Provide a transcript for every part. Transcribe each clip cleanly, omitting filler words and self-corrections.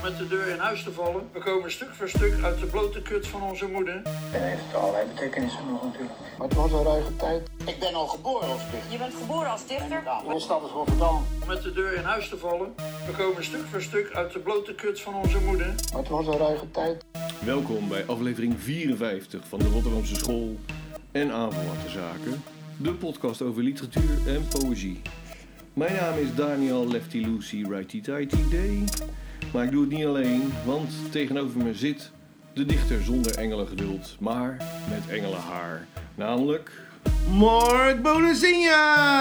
met de deur in huis te vallen. We komen stuk voor stuk uit de blote kut van onze moeder. En heeft allerlei betekenissen nog natuurlijk. Maar het was een ruige tijd. Ik ben al geboren als dichter. Je bent geboren als dichter? In de stad is Rotterdam. Met de deur in huis te vallen. We komen stuk voor stuk uit de blote kut van onze moeder. Maar het was een ruige tijd. Welkom bij aflevering 54 van de Rotterdamse School en Aanverwante de podcast over literatuur en poëzie. Mijn naam is Daniel Lefty Lucy Righty Tighty Day. Maar ik doe het niet alleen, want tegenover me zit de dichter zonder engelengeduld, maar met engelenhaar. Namelijk... Mark Bonazinha!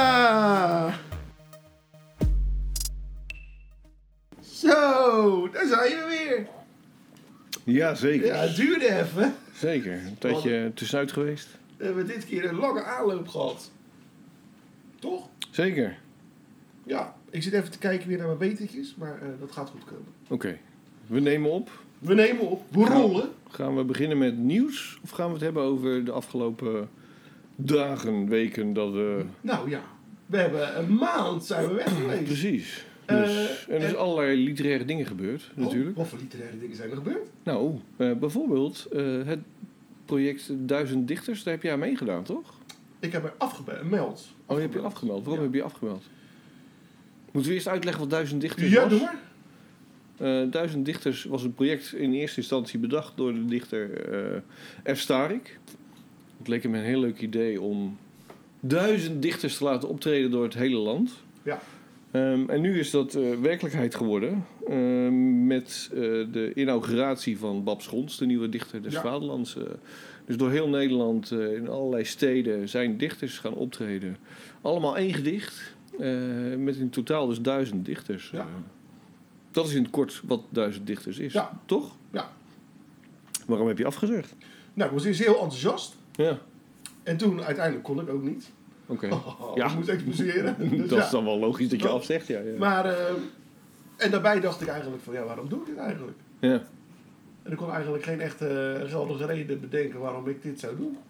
Zo, daar zijn we weer. Ja, zeker. Ja, het duurde even. Zeker. Een tijdje tussenuit geweest. We hebben dit keer een lange aanloop gehad. Toch? Zeker. Ja, ik zit even te kijken weer naar mijn betertjes, maar dat gaat goed komen. Oké. We nemen op. We nemen op, we rollen. Gaan we beginnen met nieuws? Of gaan we het hebben over de afgelopen dagen, weken dat we... Nou ja, we hebben een maand zijn we weg geweest. Precies. Dus, er is allerlei literaire dingen gebeurd, natuurlijk. Wat voor literaire dingen zijn er gebeurd? Nou, bijvoorbeeld het project 1000 Dichters, daar heb jij aan meegedaan, toch? Ik heb er afgemeld. Oh, je hebt je afgemeld. Waarom heb je je afgemeld? Moeten we eerst uitleggen wat 1000 Dichters Ja, was? doe maar. 1000 Dichters was een project in eerste instantie bedacht door de dichter F. Starik. Het leek hem een heel leuk idee om 1000 dichters te laten optreden door het hele land. Ja. En nu is dat werkelijkheid geworden met de inauguratie van Bab Schons, de nieuwe dichter des Vaderlands. Dus door heel Nederland, in allerlei steden, zijn dichters gaan optreden. Allemaal één gedicht, met in totaal dus 1000 dichters. Ja. Dat is in het kort wat 1000 dichters is, Ja. toch? Ja. Waarom heb je afgezegd? Nou, ik was eerst heel enthousiast. Ja, En toen, uiteindelijk kon ik ook niet. oké. Ja. Ik moest excuseren. Dus Dat ja. is dan wel logisch dat je afzegt, ja. Maar, en daarbij dacht ik eigenlijk van, ja, waarom doe ik dit eigenlijk? Ja. En ik kon eigenlijk geen echte geldige reden bedenken waarom ik dit zou doen.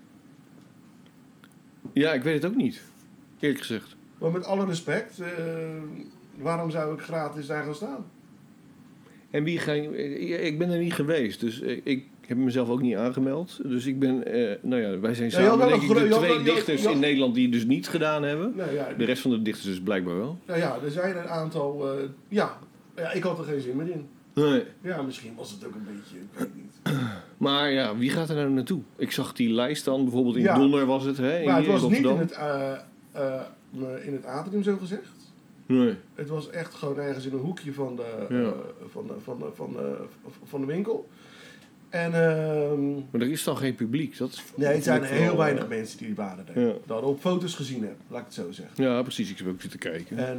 Ja, ik weet het ook niet, eerlijk gezegd. Maar met alle respect, waarom zou ik gratis daar gaan staan? En wie ik ben er niet geweest, dus ik heb mezelf ook niet aangemeld. Dus ik ben, wij zijn Ja, je had samen wel denk ik een de gro- je twee had wel- dichters je had- in Nederland die het dus niet gedaan hebben. Nou ja, De rest van de dichters dus blijkbaar wel. nou ja, er zijn een aantal, ja, ik had er geen zin meer in. Nee. Ja, misschien was het ook een beetje, ik weet niet. Maar ja, wie gaat er nou naartoe? Ik zag die lijst dan, bijvoorbeeld in Ja. Donner was het, hè? Maar het hier was niet Rotterdam. in het atrium zo gezegd. Nee. Het was echt gewoon ergens in een hoekje van de, Ja. van de winkel. En Maar er is dan geen publiek. Dat is nee, het zijn vind ik wel, heel weinig mensen die waren daar. Ja. Dat op foto's gezien heb, laat ik het zo zeggen. Ja, precies. Ik heb ook zitten kijken. En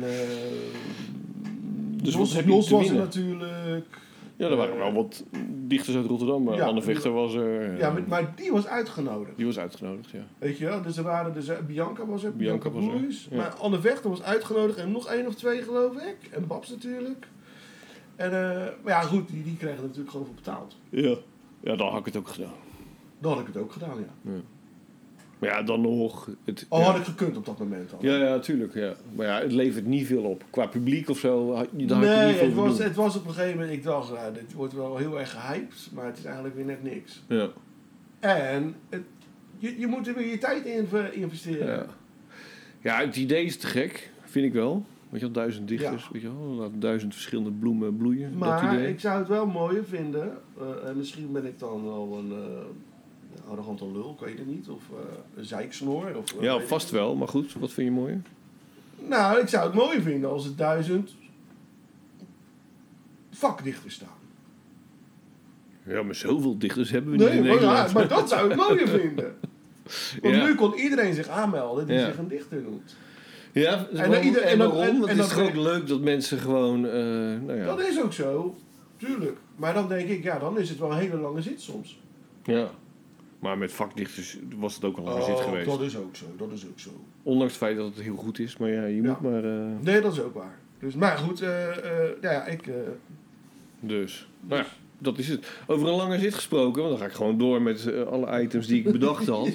Dus Los, wat heb je Los te was er winnen? natuurlijk. Ja, er waren wel wat dichters uit Rotterdam. Maar Ja. Anne Vechter was er. Ja, maar die was uitgenodigd. Die was uitgenodigd, ja. Weet je wel? Dus er waren Bianca was er, Bianca was er, Boeis. ja. Maar Anne Vechter was uitgenodigd en nog 1 of 2 geloof ik. En Babs natuurlijk. En, maar ja goed, die kregen er natuurlijk gewoon voor betaald. Ja. Ja, dan had ik het ook gedaan. Dan had ik het ook gedaan, ja. Maar ja, dan nog... Al had ik gekund op dat moment al. Ja, tuurlijk, ja. Maar ja, het levert niet veel op. Qua publiek of zo, daar had je niet Nee, veel voor doen. het was op een gegeven moment, ik dacht, nou, dit wordt wel heel erg gehyped, maar het is eigenlijk weer net niks. Ja. En je moet er weer je tijd in investeren. Ja. Ja, het idee is te gek, vind ik wel. Weet je wel, 1000 dichters, Ja. weet je wel. Laat 1000 verschillende bloemen bloeien. dat Maar idee. ik zou het wel mooier vinden, en misschien ben ik dan wel een arrogante lul, ik weet het niet, of een zeiksnoor. Of, Ja, weet vast ik wel, maar goed, wat vind je mooier? niet. Nou, ik zou het mooier vinden als er 1000 vakdichters staan. Ja, maar zoveel dichters hebben we niet Nee, in maar, Nederland. ja, maar dat zou ik mooier vinden. Want Ja. nu kon iedereen zich aanmelden die Ja. zich een dichter noemt. Ja, En dan ieder- en dan- waarom? Want en het is dan- gewoon leuk dat mensen gewoon... Dat is ook zo, tuurlijk. Maar dan denk ik, ja, dan is het wel een hele lange zit soms. Ja. Maar met vakdichters was het ook een lange zit geweest. Dat is ook zo, dat is ook zo. Ondanks het feit dat het heel goed is. Maar ja, je Ja. moet maar... Nee, dat is ook waar. Dus, maar goed, ik... Dus, nou ja, dat is het. Over een lange zit gesproken, want dan ga ik gewoon door met alle items die ik bedacht had.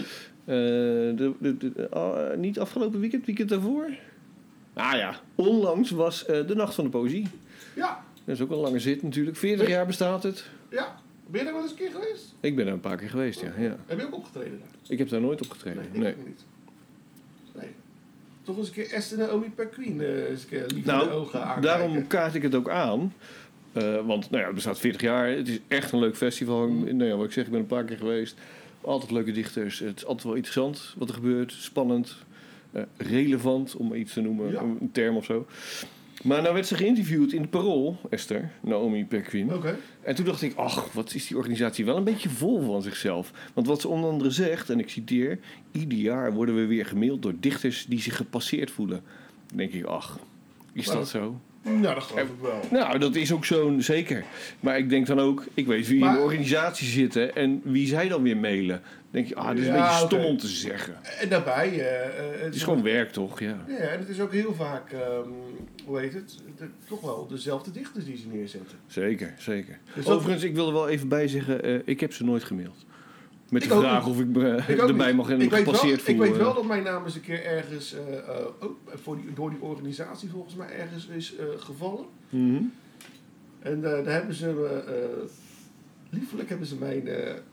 Niet afgelopen weekend daarvoor? Nou ja, onlangs was de Nacht van de Poëzie. Ja, Dat is ook een lange zit natuurlijk. 40 jaar bestaat het. Ja. Ben je daar wel eens een keer geweest? Ik ben er een paar keer geweest, ja. Heb je ook opgetreden daar? Ik heb daar nooit opgetreden. Nee, ik ook niet. Nee. Toch eens een keer Esther Naomi Perquin eens een keer lief in de ogen aankijken. Daarom kaart ik het ook aan. Want het bestaat 40 jaar. Het is echt een leuk festival. Nou ja, wat ik zeg, ik ben een paar keer geweest. Altijd leuke dichters. Het is altijd wel interessant wat er gebeurt. Spannend. Relevant, om iets te noemen. Ja. Een term of zo. Maar nou werd ze geïnterviewd in het Parool, Esther, Naomi Perquin. Oké. En toen dacht ik, ach, wat is die organisatie wel een beetje vol van zichzelf. Want wat ze onder andere zegt, en ik citeer... Ieder jaar worden we weer gemaild door dichters die zich gepasseerd voelen. Dan denk ik, ach, is dat zo? Nou, dat geloof ik wel. Nou, dat is ook zo, zeker. Maar ik denk dan ook, ik weet wie in de organisatie zitten en wie zij dan weer mailen. Dan denk je, dat is een beetje stom om te zeggen. En daarbij... het is gewoon werk, toch? Ja, ja, en het is ook heel vaak, hoe heet het? Toch wel dezelfde dichters die ze neerzetten. Zeker, zeker. Dus overigens, ik wil er wel even bij zeggen, ik heb ze nooit gemaild. Met de Ik ook vraag niet. of ik erbij mag en gepasseerd Ik voel. weet wel dat mijn naam eens een keer ergens, door die organisatie volgens mij ergens is gevallen. Mhm. En daar hebben ze, liefelijk hebben ze mijn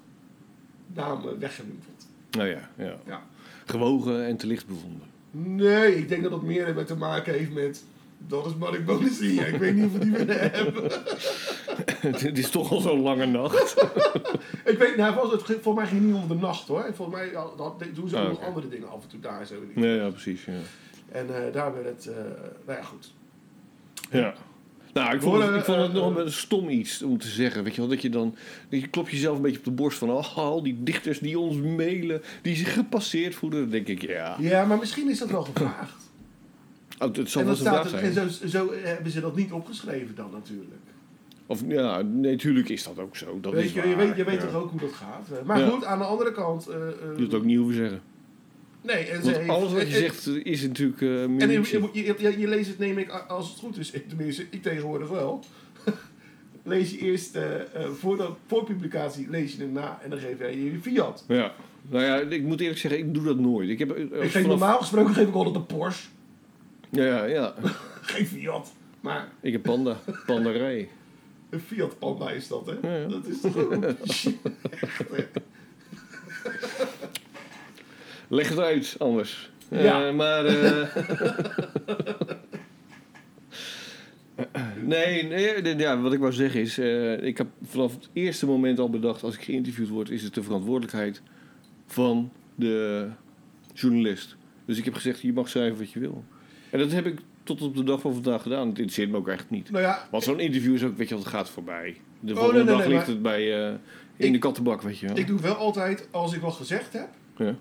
naam weggewimpeld. Nou ja, ja. Ja. Gewogen en te licht bevonden. Nee, ik denk dat het meer met te maken heeft met... Dat is Mark Bonacia. Ik weet niet of we die willen hebben. Het is toch al zo'n lange nacht. Ik weet, voor mij ging het niet om de nacht hoor. Volgens mij doen ze ook nog oké. andere dingen af en toe daar zo. Ja, precies. Ja. En daar werd het, nou ja goed. Ja. Nou, ik vond het nog een stom iets om te zeggen. Weet je wel, dat je klopt jezelf een beetje op de borst van... al die dichters die ons mailen, die zich gepasseerd voelen. Dan denk ik, ja. Ja, maar misschien is dat wel gevraagd. Oh, het zal En, wel dat zo'n staat vraag er, zijn. en zo hebben ze dat niet opgeschreven dan natuurlijk. Of ja, nee, natuurlijk is dat ook zo. Dat Weet is je, waar. je weet Ja. toch ook hoe dat gaat. Maar Ja. goed, aan de andere kant... Je moet het ook niet hoeven zeggen. Nee, en Want ze alles wat je heeft- zegt is natuurlijk... En je leest het, neem ik, als het goed is, tenminste, ik tegenwoordig wel. Lees je eerst, voor publicatie lees je hem na en dan geef jij je fiat. Ja. Nou ja, ik moet eerlijk zeggen, ik doe dat nooit. Ik heb Normaal gesproken geef ik altijd een Porsche. Ja. Geen fiat. Maar Ik heb pandarij. een Fiat Panda is dat, hè? Ja. Dat is toch gewoon... Leg het uit, anders. Ja. Nee, wat ik wou zeggen is... ik heb vanaf het eerste moment al bedacht... als ik geïnterviewd word... is het de verantwoordelijkheid van de journalist. Dus ik heb gezegd... je mag schrijven wat je wil. En dat heb ik tot op de dag van vandaag gedaan. Het interesseert me ook echt niet. Nou ja, Want zo'n interview is ook... weet je wat, het gaat voorbij. De nee, volgende nee, dag nee, ligt maar- het bij... in de kattenbak, weet je wel. ik doe wel altijd, als ik wat gezegd heb, Ja.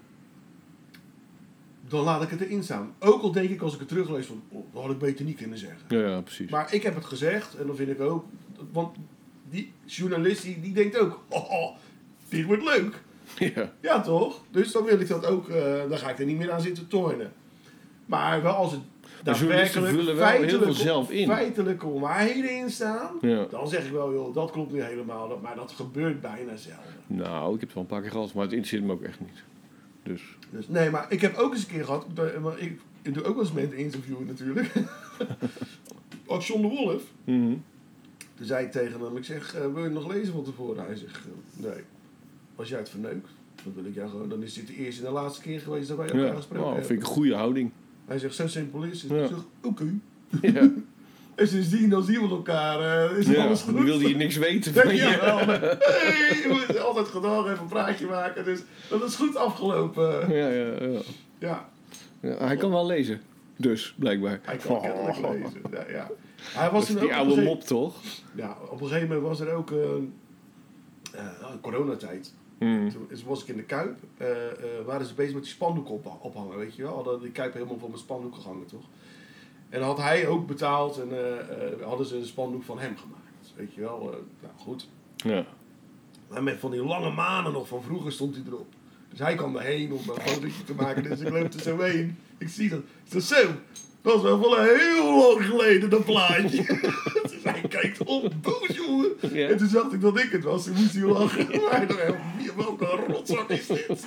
dan laat ik het erin staan. Ook al denk ik als ik het teruglees van, dat had ik beter niet kunnen zeggen. Ja, precies. Maar ik heb het gezegd en dan vind ik ook, want die journalist die denkt ook, dit wordt leuk. Ja. Ja toch? Dus dan wil ik dat ook, dan ga ik er niet meer aan zitten tornen. Maar wel als het journalisten vullen wel heel veel zelf in. feitelijke onwaarheden in staan, Ja. dan zeg ik wel, joh, dat klopt niet helemaal. Maar dat gebeurt bijna zelden. Nou, ik heb het wel een paar keer gehad, maar het interesseert me ook echt niet. Dus... Dus, nee, maar ik heb ook eens een keer gehad, maar ik doe ook wel eens mensen interviewen natuurlijk. Als John de Wolf. Mhm. Toen zei ik tegen hem, ik zeg, wil je nog lezen van tevoren? Hij zegt, nee. Als jij het verneukt, dan wil ik jou gewoon, dan is dit de eerste en de laatste keer geweest dat wij elkaar Ja, gesproken nou, hebben. vind ik een goede houding. Hij zegt, zo simpel is het. Ja. Ik zeg, oké. Ja. En sindsdien, dan zien we elkaar, is Ja, alles goed. dan wilde je niks weten Denk van je je. wel, hey, we hebben altijd gedaan, even een praatje maken. Dus dat is goed afgelopen. Ja. Ja, Hij kan wel lezen. Dus, blijkbaar. hij kan kennelijk lezen. Ja. Hij was Dat is toen die ook op oude een mop, toch? Ja, op een gegeven moment was er ook coronatijd. Hmm. Toen was ik in de Kuip, waren ze bezig met die spandoeken ophangen, weet je wel. Hadden die Kuip helemaal vol met spandoeken gehangen, toch? En dan had hij ook betaald en hadden ze een spandoek van hem gemaakt, weet je wel. Nou goed. Ja. Maar met van die lange manen nog van vroeger stond hij erop. Dus hij kwam erheen om een fotootje te maken, dus ik loop er zo heen. Ik zie dat. Ik zeg zo, dat was wel van heel lang geleden, dat plaatje. Dus hij kijkt op, boos jongen. Ja. En toen zag ik dat ik het was, toen moest hij lachen. Maar hij dacht, welke rotzak is dit?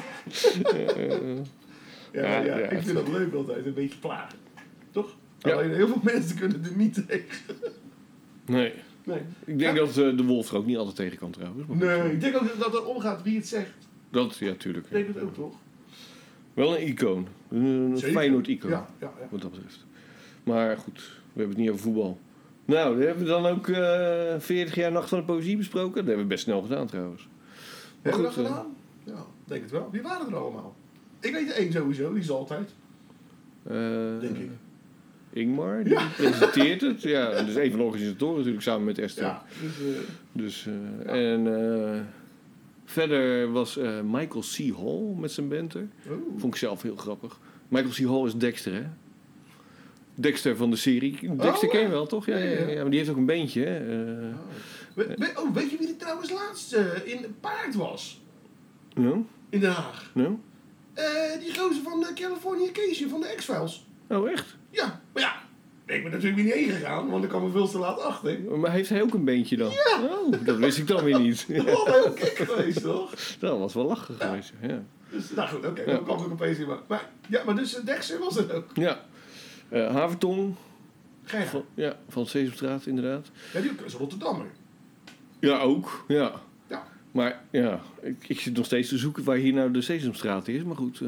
Ja, ik vind dat leuk altijd, een beetje plagen. Toch? Ja. Alleen heel veel mensen kunnen er niet tegen. Nee. Nee. Ik denk dat de wolf er ook niet altijd tegen kan trouwens. Maar goed, Nee, ik denk ook dat het omgaat wie het zegt. Dat, ja, tuurlijk. Ik denk het ook, toch? Wel een icoon. Een Zeker. Feyenoord-icoon, Ja. wat dat betreft. Maar goed, we hebben het niet over voetbal. Nou, we hebben dan ook 40 jaar Nacht van de Poëzie besproken. Dat hebben we best snel gedaan trouwens. Hebben we dat goed, gedaan? Ja, denk het wel. Wie waren er allemaal? Ik weet er één sowieso, die is altijd. Denk ik. Ingmar, die presenteert het. Ja, dat is een van de organisatoren natuurlijk, samen met Esther. Ja, Dus, en verder was Michael C. Hall met zijn band er. Vond ik zelf heel grappig. Michael C. Hall is Dexter, hè? Dexter van de serie. Dexter ken je wel, toch? Ja, maar die heeft ook een bandje, hè? weet je wie er trouwens laatst in het paard was? No? In Den Haag. No? Die gozer van Californication van de X-Files. Oh, echt? Ja, maar ja, ik ben natuurlijk weer niet heen gegaan, want ik kwam er veel te laat achter. Maar heeft hij ook een bandje dan? Ja. Oh, dat wist ik dan weer niet. Dat was wel heel gek geweest, toch? Dat was wel lachen geweest, ja. Dus, nou goed, oké, dan kwam ik opeens in. Maar dus Dexter was het ook. Ja. Havertong. Gek. Van Sesamstraat, inderdaad. Ja, die is Rotterdammer. Ja, ook. Ja. Ja. Maar ja, ik zit nog steeds te zoeken waar hier nou de Sesamstraat is. Maar goed.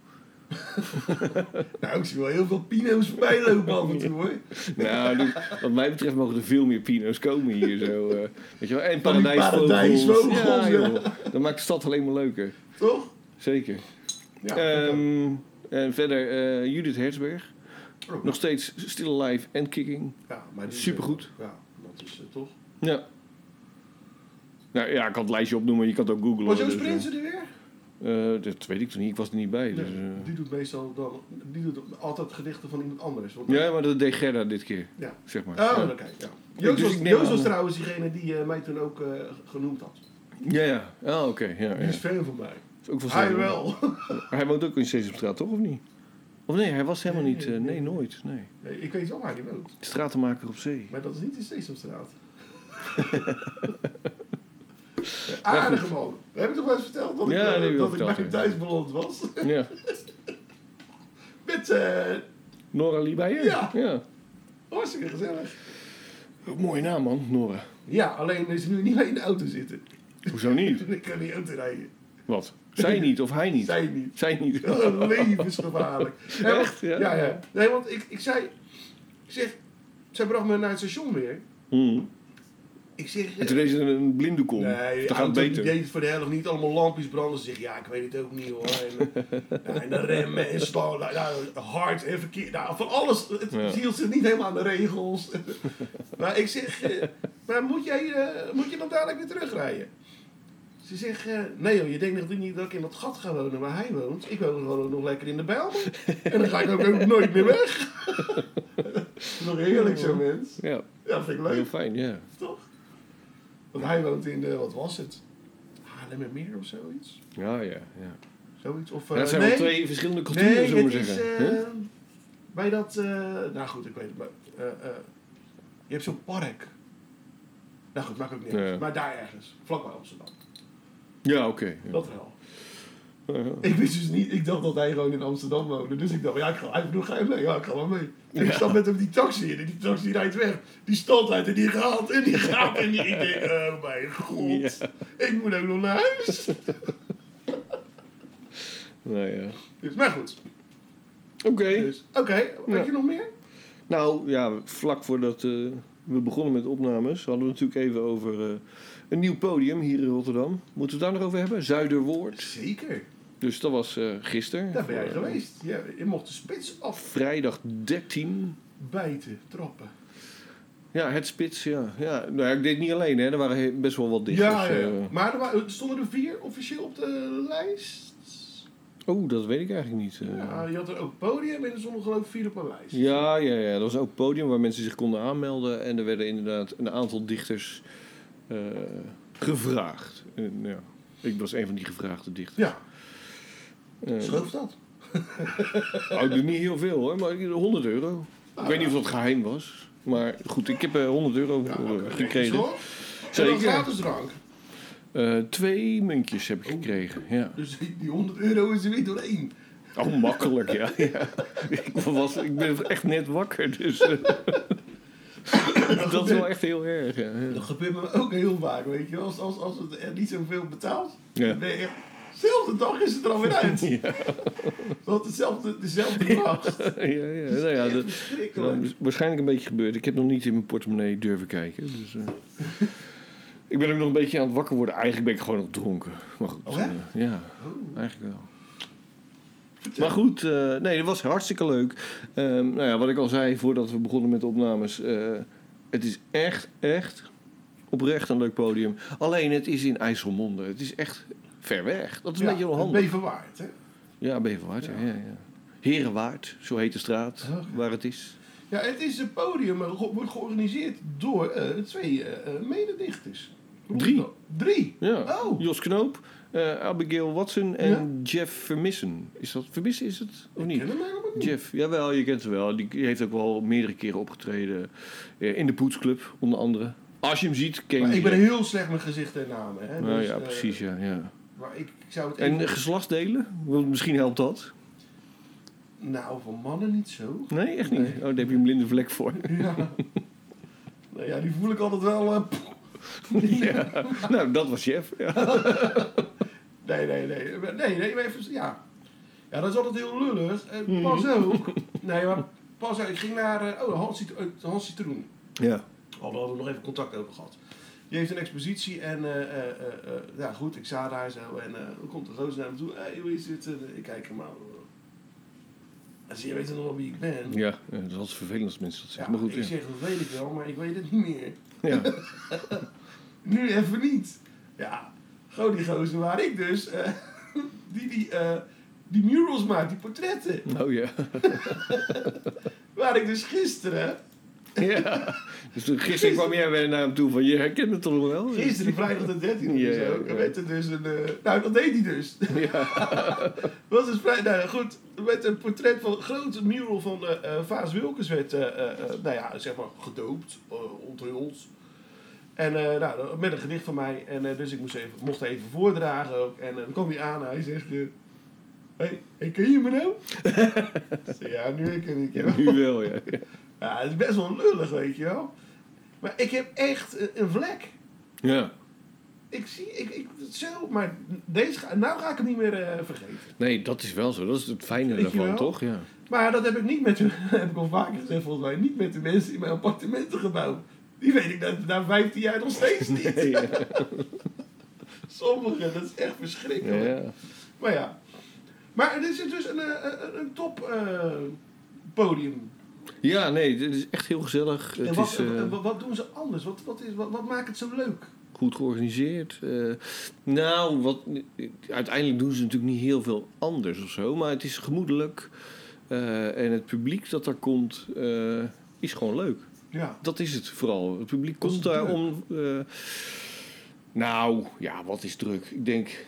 Nou, ik zie wel heel veel pino's voorbij lopen af en toe, hoor. Nou, wat mij betreft mogen er veel meer pino's komen hier zo. Weet je wel? En Van die paradijsvogels, Ja, ja. joh. Dat maakt de stad alleen maar leuker. Toch? Zeker. Ja. En verder Judith Herzberg. Oh. Nog steeds still alive en kicking. Ja, maar die is, Supergoed. Ja, dat is toch. Ja. Nou ja, ik kan het lijstje opnoemen, je kan het ook googlen. Was Joost Prinsen er weer? Dat weet ik toch niet, ik was er niet bij. Nee, Dus, die doet meestal dan, die doet altijd gedichten van iemand anders. Want ja, maar dat deed Gerda dit keer, ja. zeg maar. Oh, Ja. oké. Ja. Joost, dus was, ik neem Joost aan- was trouwens diegene die mij toen ook genoemd had. Ja. Ah, oké. Ja. Die is fan van mij. Is ook van Hij Sesamstraat. wel. Maar hij woont ook in Sesamstraat, toch? Of niet? Of nee, hij was helemaal niet. Nee, nooit. Nee. Nee, ik weet wel waar hij woont. Stratenmaker op zee. Maar dat is niet in Sesamstraat. Aardige man. Heb ik toch wel eens verteld dat Ja, nee, ik, dat dat ik verteld, bij hem ja. thuis beland was? Ja. Met Nora Liebeyer? Ja. hartstikke gezellig. Mooie naam, man, Nora. Ja, alleen is nu niet mee in de auto zitten. Hoezo niet? Ik kan niet auto rijden. Wat? Zij niet of hij niet? Zij niet. Zij niet. Oh, levensgevaarlijk. Nee, want- Echt? Ja? Ja. Nee, want ik zeg, zij bracht me naar het station weer. Hmm. Ik zeg... En toen deed ze een blinddoek om. Nee, Dat gaat beter. deed het voor de helft niet. Allemaal lampjes branden. Ze zegt, ja, ik weet het ook niet hoor. En de remmen en slaan, hard en verkeerd. Nou, van alles. Het hield ze niet helemaal aan de regels. Maar ik zeg, maar moet je dan dadelijk weer terugrijden? Ze zegt, nee joh, je denkt nog niet dat ik in dat gat ga wonen waar hij woont. Ik woon gewoon nog lekker in de Bijlmer. En dan ga ik ook nooit meer weg. Nog heerlijk zo'n mens. Ja, Ja, dat vind ik heel leuk. fijn, ja. Toch? Want hij woont in de, wat was het? Haarlemmermeer of zoiets? Ja. Zoiets? Of, Ja, het zijn wel twee verschillende culturen, nee, zullen we het is zeggen. Huh? bij dat, nou goed, ik weet het maar. Je hebt zo'n park. Nou goed, maakt ook niet uit. Ja. Maar daar ergens, vlakbij Amsterdam. Ja, oké. Ja. Dat wel. Ja. Ik wist dus niet, ik dacht dat hij gewoon in Amsterdam woonde. Dus ik dacht, ja, hij vroeg, ga je mee? Ja, ik ga wel mee. En ik stap met hem die taxi in en die taxi rijdt weg. Die stapt uit en die gaat en die gaat en die, ik denk, oh mijn god. Ja. Ik moet ook nog naar huis. Nou ja. Dus, maar goed. Oké. Dus, Oké, heb je nog meer? Nou ja, vlak voordat we begonnen met opnames hadden we natuurlijk even over een nieuw podium hier in Rotterdam. Moeten we het daar nog over hebben? Zuiderwoord. Zeker. Dus dat was gisteren. Daar ben jij geweest. Ja, je mocht de spits Vrijdag 13. afbijten, trappen. Ja, het spits, ja. Nou ja, ik deed het niet alleen, hè. Er waren best wel wat dichters. Ja. Maar er stonden er 4 officieel op de lijst. Oh, dat weet ik eigenlijk niet. Ja, je had er ook podium en er stonden geloof ik 4 op een lijst. Ja. Er was ook een podium waar mensen zich konden aanmelden. En er werden inderdaad een aantal dichters gevraagd. En, ja, ik was een van die gevraagde dichters. Ja, schoof dat. Nou, ik doe niet heel veel hoor, maar €100. Ik weet niet of dat geheim was. Maar goed, ik heb €100 gekregen. Zo. En dan Zeker. gratis drank. 2 muntjes heb ik gekregen, ja. Dus die €100 is er niet doorheen. Oh, makkelijk, ja. Ik ben echt net wakker, dus... Dat is wel echt heel erg, ja. Dat gebeurt me ook heel vaak, weet je wel. Als het er niet zoveel betaalt, Ja. dan ben je echt... Dezelfde dag is het er alweer uit. Ja. Want dezelfde dag. Ja. Nou ja, dat Verschrikkelijk. is waarschijnlijk een beetje gebeurd. Ik heb nog niet in mijn portemonnee durven kijken. Dus, ik ben ook nog een beetje aan het wakker worden. Eigenlijk ben ik gewoon nog dronken. Maar goed, Oh, hè? ja, eigenlijk wel. Maar goed, nee, dat was hartstikke leuk. Nou ja, wat ik al zei voordat we begonnen met de opnames. Het is echt oprecht een leuk podium. Alleen het is in IJsselmonde. Het is echt ver weg. Dat is een beetje onhandig. Beverwaard, hè? Ja, Beverwaard. Ja. Herenwaard, zo heet de straat waar het is. Ja, het is een podium, wordt georganiseerd door 2 mededichters. 3? Ja. Oh. Jos Knoop, Abigail Watson en Jeff Vermissen. Is dat Vermissen, is het? Of niet? Ik ken hem helemaal niet. Jeff, jawel, je kent hem wel. Die heeft ook wel meerdere keren opgetreden. In de Poetsclub, onder andere. Als je hem ziet, ken je Maar hem. ik ben heel slecht met gezichten en namen. Hè? Nou Dus, ja, precies, ja. Maar ik zou het En even... geslachtsdelen? Want misschien helpt dat. Nou, van mannen niet zo. Nee, echt niet. Nee. Oh, daar heb je een blinde vlek voor. Ja. Nou ja, die voel ik altijd wel... Ja. Nou, dat was Jeff. Ja. Nee, maar even... Ja, dat is altijd heel lullig. Pas ook. Nee, maar pas ook. Ik ging naar... Hans Citroen. Ja. Daar hadden we nog even contact over gehad. Die heeft een expositie en ja goed, ik sta daar zo en dan komt er zo naar me toe. Hey, hoe is het? Ik kijk hem aan. En ze weet nog wel wie ik ben. Ja, dat is altijd vervelend als mensen dat Ja, zeggen. Maar goed, ik ja. zeg, dat weet ik wel, maar ik weet het niet meer. Ja. Nu even niet. Ja, gewoon die gozer waar ik dus, die murals maakt, die portretten. Oh ja. Waar ik dus gisteren... Ja. Dus toen gisteren kwam jij weer naar hem toe van, je herkent het toch nog wel? Gisteren, vrijdag de 13e Ja, of zo. ja. En werd er dus een... nou, dat deed hij dus. Ja. Was dus vrij... Nou ja, goed. Met een portret van... Een grote mural van Vaas Wilkens werd... nou ja, zeg maar gedoopt. Onthuld. En nou, met een gedicht van mij. En dus ik mocht even voordragen ook. En dan kwam hij aan en hij zegt... Hey, ken je me nou? Ik zei, ja, nu ken ik je wel. Nu wel, ja. Ja, het is best wel lullig, weet je wel. Maar ik heb echt een vlek. Ja. Zo, maar nou ga ik het niet meer vergeten. Nee, dat is wel zo. Dat is het fijne Weet je daarvan, wel? toch? Ja. Maar dat heb ik niet met heb ik al vaker gezegd volgens mij, niet met de mensen in mijn appartementengebouw. Die weet ik na 15 jaar nog steeds niet. Nee, ja. Sommigen, dat is echt verschrikkelijk. Ja. Maar ja. Maar er is dus een top podium. Ja, nee, dit is echt heel gezellig. En Het wat, is wat doen ze anders? Wat maakt het zo leuk? goed georganiseerd. Uiteindelijk doen ze natuurlijk niet heel veel anders of zo. Maar het is gemoedelijk. En het publiek dat daar komt, is gewoon leuk. Ja. Dat is het vooral. Het publiek Was komt het daar druk? om... wat is druk? Ik denk...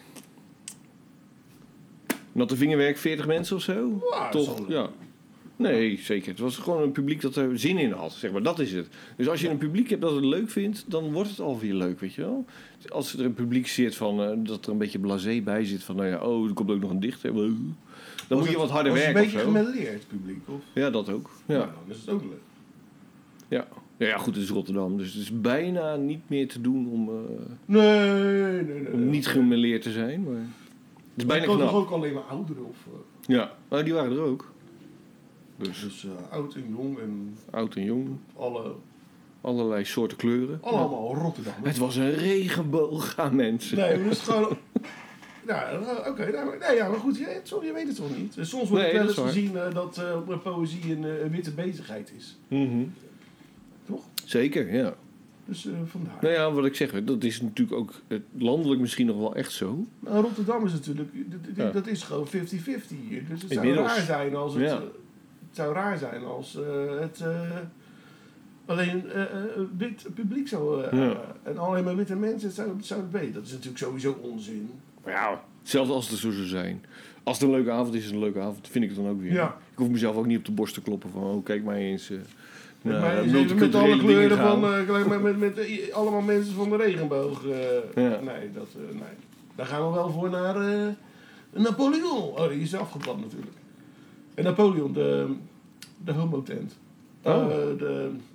Natte vingerwerk, 40 mensen of zo? Ja, Toch? zo. Ja. Nee, zeker. Het was gewoon een publiek dat er zin in had, zeg maar. Dat is het. Dus als je een publiek hebt dat het leuk vindt, dan wordt het alweer leuk, weet je wel. Als er een publiek zit van, dat er een beetje blasé bij zit van, er komt ook nog een dichter. Dan moet je wat harder werken Was of het een beetje zo. gemêleerd, publiek? Of? Ja, dat ook. Ja. Nou, dan is het ook leuk. Ja. Ja, goed, het is Rotterdam. Dus het is bijna niet meer te doen om Nee. niet gemêleerd te zijn. Maar het is bijna Ik kan toch knap. ook alleen maar ouderen of... Ja, maar die waren er ook. Dus oud en jong en Oud en jong, allerlei soorten kleuren. allemaal Rotterdam. Het was een regenboog aan mensen. Nee, maar dat is gewoon... Nou, oké. Maar goed, sorry, je weet het toch niet. Soms wordt Nee, het wel dat eens is gezien dat poëzie een witte bezigheid is. Mhm. Toch? Zeker, ja. Dus vandaar. Nou ja, wat ik zeg, dat is natuurlijk ook landelijk misschien nog wel echt zo. Nou, Rotterdam is natuurlijk... Ja. Dat is gewoon 50-50 hier. Dus het zou Inmiddels. raar zijn als het... Ja. Het zou raar zijn als het... alleen wit publiek zou... Ja. En alleen maar witte mensen zou het weten. Dat is natuurlijk sowieso onzin. Maar ja, zelfs als het zo zou zijn. Als het een leuke avond is, het een leuke avond. Vind ik het dan ook weer. Ja. Ik hoef mezelf ook niet op de borst te kloppen van, oh, kijk mij eens... Maar met multiculturele alle kleuren dingen van... gaan. gelijk met allemaal mensen van de regenboog. Ja. Nee, daar gaan we wel voor naar Napoleon. Oh, die is afgebrand natuurlijk. En Napoleon, de homotent. Oh.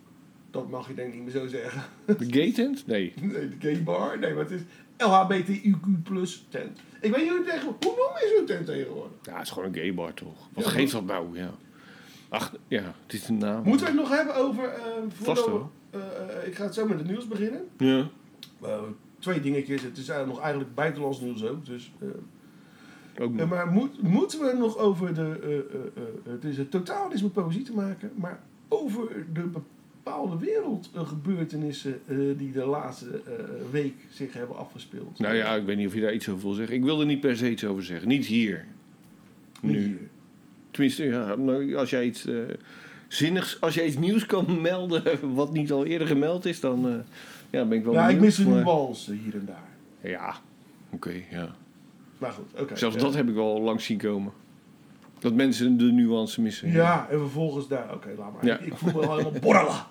Dat mag je denk ik niet meer zo zeggen. De gay tent? Nee. Nee, de gay bar. Nee, maar het is LHBTIQ plus tent. Ik weet niet hoe het tegenwoordig... Hoe noem je zo'n tent tegenwoordig? Ja, het is gewoon een gay bar toch? Wat Ja, geeft dat nou? Ja. Ach, ja, het is een naam. Moeten we het nog hebben over... Vast wel. Ik ga het zo met het nieuws beginnen. Ja. 2 dingetjes. Het is eigenlijk buitenlands nieuws ook. Dus, Ook nog. maar moeten we nog over de... het is totaal niets met poëzie te maken. Maar over de bepaalde wereldgebeurtenissen die de laatste week zich hebben afgespeeld. Nou ja, ik weet niet of je daar iets over wil zeggen. Ik wil er niet per se iets over zeggen. Niet hier. Niet Nu. hier. Tenminste, ja, nou, als jij iets zinnigs, als jij iets nieuws kan melden wat niet al eerder gemeld is, dan ja, ben ik wel Ja, ik benieuwd, mis een maar- nuance hier en daar. Ja, oké, ja. Maar goed, oké. Zelfs ja. dat heb ik wel langs zien komen. Dat mensen de nuance missen. Ja, en vervolgens daar... Oké, laat maar. Ja. Ik voel me al helemaal borrelen.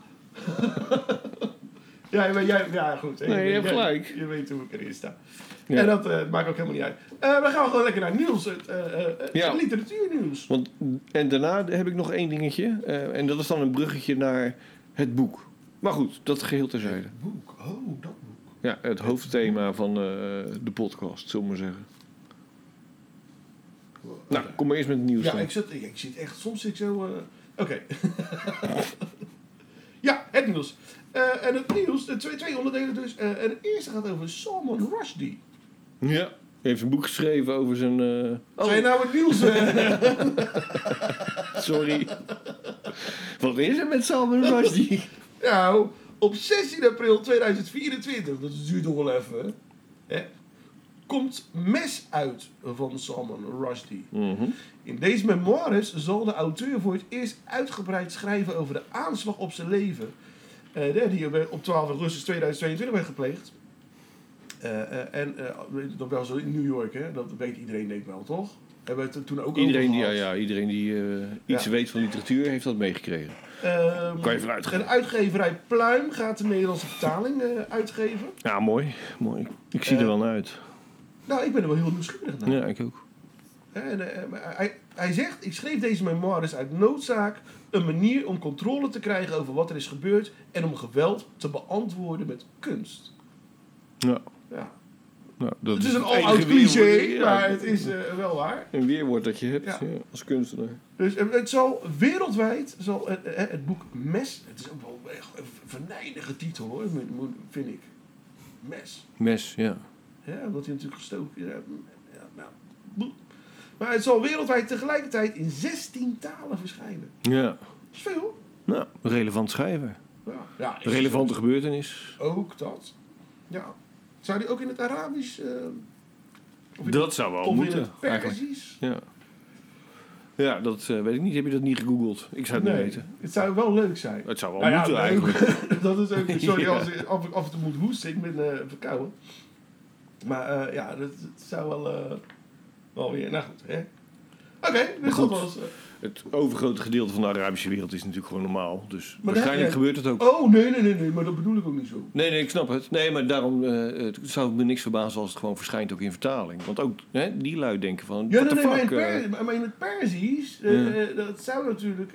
Ja, goed. hè. Nee, je hebt Jij- gelijk. Je weet hoe ik erin sta. Ja. En dat maakt ook helemaal niet uit. We gaan gewoon lekker naar nieuws. Ja. Het literatuurnieuws. Want, en daarna heb ik nog één dingetje. En dat is dan een bruggetje naar het boek. Maar goed, dat geheel terzijde. Boek. Oh, dat boek. Ja, het hoofdthema van de podcast, zullen we maar zeggen. Nou, kom maar eerst met het nieuws Ja, dan. ik zit echt... Soms zit ik zo... Oké. Ja, het nieuws. En het nieuws, de twee onderdelen dus. En het eerste gaat over Salman Rushdie. Ja, hij heeft een boek geschreven over zijn... Zou je nou het nieuws... Sorry. Wat is er met Salman Rushdie? Nou, op 16 april 2024, dat duurt nog wel even, hè, komt Mes uit van Salman Rushdie. Mhm. In deze memoires zal de auteur voor het eerst uitgebreid schrijven over de aanslag op zijn leven. Die op 12 augustus 2022 werd gepleegd. Dat wel zo in New York, hè? Dat weet iedereen denk ik wel, toch? Hebben we het toen ook Iedereen over die, gehad. iedereen die iets Ja. weet van literatuur heeft dat meegekregen. Kan je vanuit gaan. Een uitgeverij Pluim gaat de Nederlandse vertaling uitgeven. Ja, mooi. Mooi. Ik zie er wel naar uit. Nou, ik ben er wel heel nieuwsgierig naar. Ja, ik ook. Hij zegt, ik schreef deze memoires uit noodzaak, een manier om controle te krijgen over wat er is gebeurd en om geweld te beantwoorden met kunst. Ja. Ja. Nou, dat Het is een enige oud cliché, weerwoord, ja. maar het is wel waar. Een weerwoord dat je hebt Ja. als kunstenaar. Dus het zal wereldwijd, het boek Mes, het is ook wel echt een venijnige titel hoor, vind ik. Mes. Mes, ja. Ja, omdat hij natuurlijk gestoken is. Maar het zal wereldwijd tegelijkertijd in 16 talen verschijnen. Ja. Dat is veel. Nou, relevant schrijven. Ja, Relevante gebeurtenis. ook dat. Ja. Zou die ook in het Arabisch... of in Dat zou wel of moeten, in het eigenlijk. Perzisch? Ja. Ja, dat weet ik niet. Heb je dat niet gegoogeld? Ik zou het niet weten. Het zou wel leuk zijn. Het zou wel Nou ja, moeten leuk. eigenlijk. Dat is ook... Sorry Ja. als ik af en toe moet hoesten. Ik ben verkouden. Maar ja, het zou wel weer... Nou goed, hè. Oké, dus goed. dat was... Het overgrote gedeelte van de Arabische wereld is natuurlijk gewoon normaal. Dus Maar waarschijnlijk daar- gebeurt het ook. Oh, nee, maar dat bedoel ik ook niet zo. Nee, ik snap het. Nee, maar daarom het zou me niks verbazen als het gewoon verschijnt ook in vertaling. Want ook die lui denken van, Ja, what the nee, fuck? maar in het Perzisch, dat zou natuurlijk,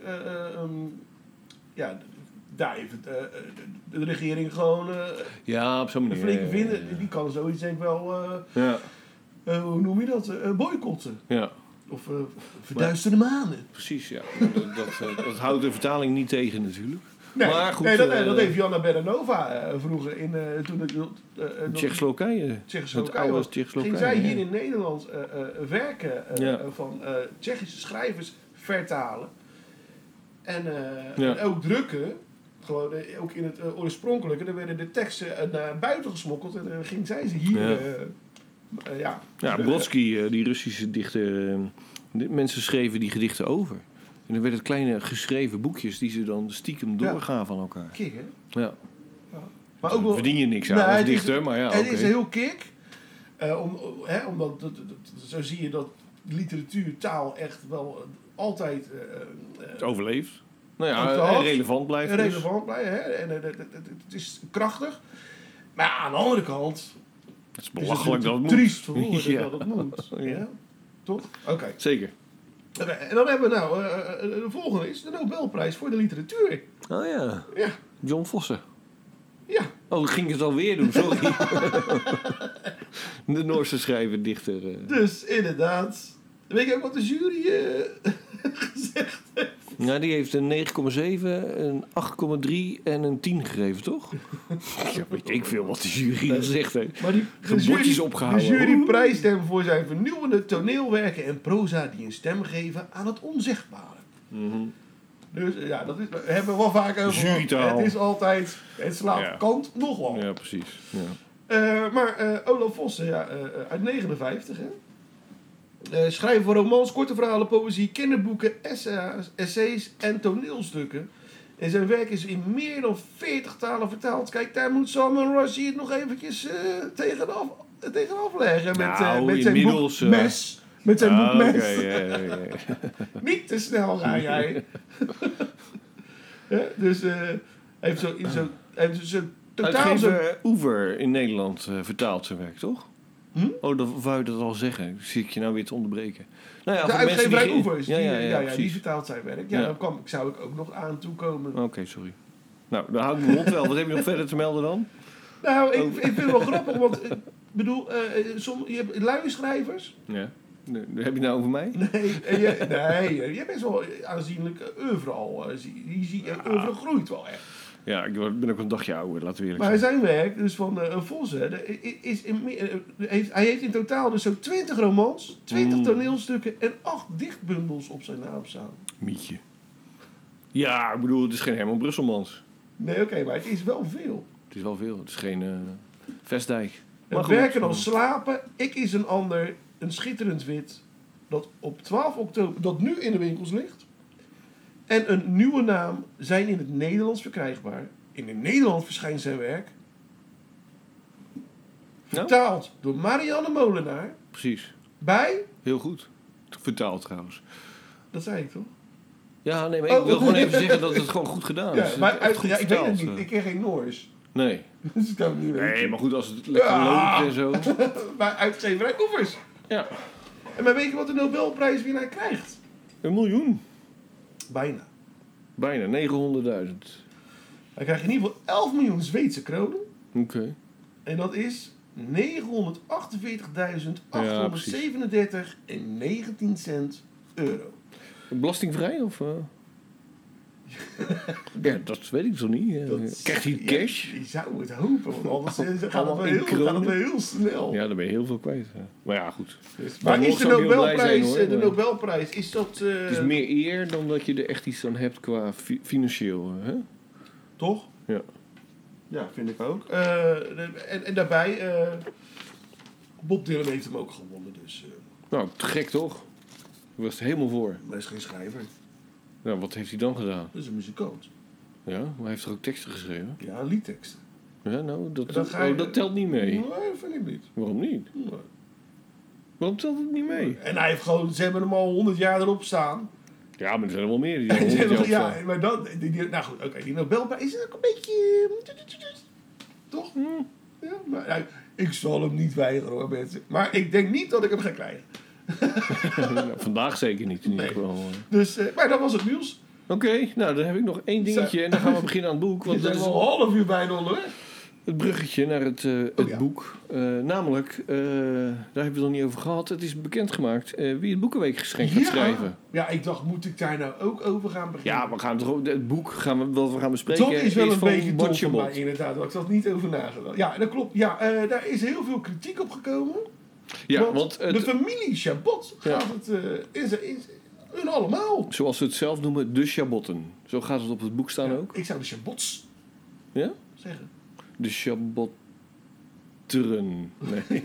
daar heeft de regering gewoon Ja, op zo'n een manier. flinke vinden. Die kan zoiets denk ik wel, Ja, hoe noem je dat, boycotten. ja, Of verduisterde manen. precies. Ja. Dat houdt de vertaling niet tegen natuurlijk. Nee, Maar goed, nee, dat heeft Jana Beranova vroeger toen het Tsjechoslowakije. Tsjechoslowakije Het oude was. Tsjechoslowakije, Ging zij ja. hier in Nederland werken Ja. van Tsjechische schrijvers vertalen. En Ja. ook drukken. Gewoon, ook in het oorspronkelijke. Dan werden de teksten naar buiten gesmokkeld. En dan ging zij ze hier... Ja. Ja, Brodsky, die Russische dichter... mensen schreven die gedichten over. En dan werden het kleine geschreven boekjes die ze dan stiekem doorgaven aan elkaar. Kick, hè? Ja. Maar ook wel, Verdien je niks aan Nee, als het is- dichter, maar ja, Het oké. is heel kick. Omdat zo zie je dat literatuur, taal echt wel altijd Het overleeft. Nou Ook ja, dat. en relevant blijft dus. relevant blijven. Hè? En het is krachtig. Maar aan de andere kant Het is is belachelijk dat het moet. triest voor woorden Ja. dat het moet. Ja. Ja. Toch? Oké. Zeker. En dan hebben we de volgende is de Nobelprijs voor de literatuur. Oh ja. Ja. John Vossen. Ja. Oh, dan ging ik het alweer doen, sorry. De Noorse schrijver, dichter. Dus inderdaad. Weet je ook wat de jury gezegd heeft? Nou, die heeft een 9,7, een 8,3 en een 10 gegeven, toch? Ja, weet ik veel wat de jury gezegd heeft. Maar Gebordjes opgehouden. De jury prijst hem voor zijn vernieuwende toneelwerken en proza die een stem geven aan het onzichtbare. Mhm. Dus ja, dat is, we hebben we wel vaak over gehad. Jurytaal. Het is altijd, het slaat Ja. kant nog wel. Ja, precies. Ja. Maar Olaf Vossen, uit 59, hè? Schrijver van romans, korte verhalen, poëzie, kinderboeken, essays en toneelstukken. En zijn werk is in meer dan 40 talen vertaald. Kijk, daar moet Salman Rushdie het nog eventjes tegenaf leggen. Met zijn inmiddels, boek Mes. Met zijn boek Mes. Okay, ja. Niet te snel ga jij. Ja, dus hij heeft zo totaal zo... Uitgever Oever in Nederland vertaalt zijn werk, toch? Oh, dat wou je dat al zeggen. Zie ik je nou weer te onderbreken. Nou ja, De voor de mensen uitgeverij die... Oevers, Ja, die precies. vertaalt zijn werk. Ja, Ja. dan zou ik ook nog aan toekomen. Oké, sorry. Nou, dan hou ik mijn mond wel. Wat heb je nog verder te melden dan? Nou, ik vind het wel grappig, want ik bedoel, je hebt luie schrijvers. Ja. Heb je het nou over mij? Nee, je hebt best wel aanzienlijk oeuvre al. Oeuvre groeit wel echt. Ja, ik ben ook een dagje ouder, laten we eerlijk Maar zijn. zijn werk, dus van Vossen, hij heeft in totaal dus zo 20 romans, 20 toneelstukken en 8 dichtbundels op zijn naam staan. Mietje. Ja, ik bedoel, het is geen Herman Brusselmans. Nee, oké, maar het is wel veel. Het is wel veel. Het is geen Vestdijk. Maar Het goed. werken als slapen, ik is een ander, een schitterend wit, dat op 12 oktober, dat nu in de winkels ligt. En een nieuwe naam zijn in het Nederlands verkrijgbaar. In het Nederlands verschijnt zijn werk. Nou? Vertaald door Marianne Molenaar. Precies. Bij, Heel goed. Vertaald trouwens. dat zei ik toch? Ja, nee, maar ik Oh. wil gewoon even zeggen dat het gewoon goed gedaan is. Ja, maar Het is echt goed ik weet het vertaald. niet. Ik ken geen Noors. Nee. Dus ik kan het niet weten. Nee, maar goed, als het lekker Ja. loopt en zo. Maar uitgeverij Oevers. Ja. En maar weet je wat de Nobelprijswinnaar krijgt? 1 miljoen. Bijna. Bijna 900.000. Hij krijgt in ieder geval 11 miljoen Zweedse kronen. Oké. En dat is 948.837 en 19 cent euro. Belastingvrij of... Ja, dat weet ik zo niet. Krijgt hij cash? Je zou het hopen, want anders gaat het Allemaal wel in kronen. heel snel. Ja, dan ben je heel veel kwijt. Maar ja, goed. Maar nog is de zou ik heel blij zijn, Nobelprijs, hoor. de Nobelprijs, is dat... Het is meer eer dan dat je er echt iets aan hebt qua financieel. Hè? Toch? Ja. Ja, vind ik ook. En daarbij, Bob Dylan heeft hem ook gewonnen, dus... Nou, te gek toch? Daar was het helemaal voor. maar hij is geen schrijver, Nou, wat heeft hij dan gedaan? dat is een muzikant. Ja, maar hij heeft er ook teksten geschreven. Ja, liedteksten. Ja, nou, Dan dat, ga je- dat telt niet mee. Nee, vind ik niet. Waarom niet? Nee. Waarom telt het niet mee? En hij heeft gewoon, ze hebben hem al 100 jaar erop staan. Ja, maar er zijn er wel meer die er Ze 100 jaar hebben- op ja, staan. maar dan, nou goed, oké, die Nobelprijs is ook een beetje... Toch? Ja, maar ja, ik zal hem niet weigeren hoor, mensen. Maar ik denk niet dat ik hem ga krijgen. Nou, vandaag zeker niet in ieder Nee. geval. Dus, maar dat was het nieuws. Oké, nou dan heb ik nog één dingetje en dan gaan we beginnen aan het boek. We Want dat zijn is wel een half uur bijna onderweg. het bruggetje naar het ja. boek. Namelijk, daar hebben we het nog niet over gehad. Het is bekendgemaakt wie het Boekenweekgeschenk gaat schrijven. Ja, ik dacht, moet ik daar nou ook over gaan beginnen? Ja, we gaan het boek wat we gaan bespreken dat is wel een van beetje tof van mij, Botjebot. inderdaad. Want ik had niet over nagedacht. Ja, dat klopt. Ja, daar is heel veel kritiek op gekomen. Ja, want de familie Chabot Ja. gaat het in hun allemaal. zoals ze het zelf noemen, de Chabotten. Zo gaat het op het boek staan ook. Ik zou de Chabots Ja? zeggen. De Chabotteren. Nee.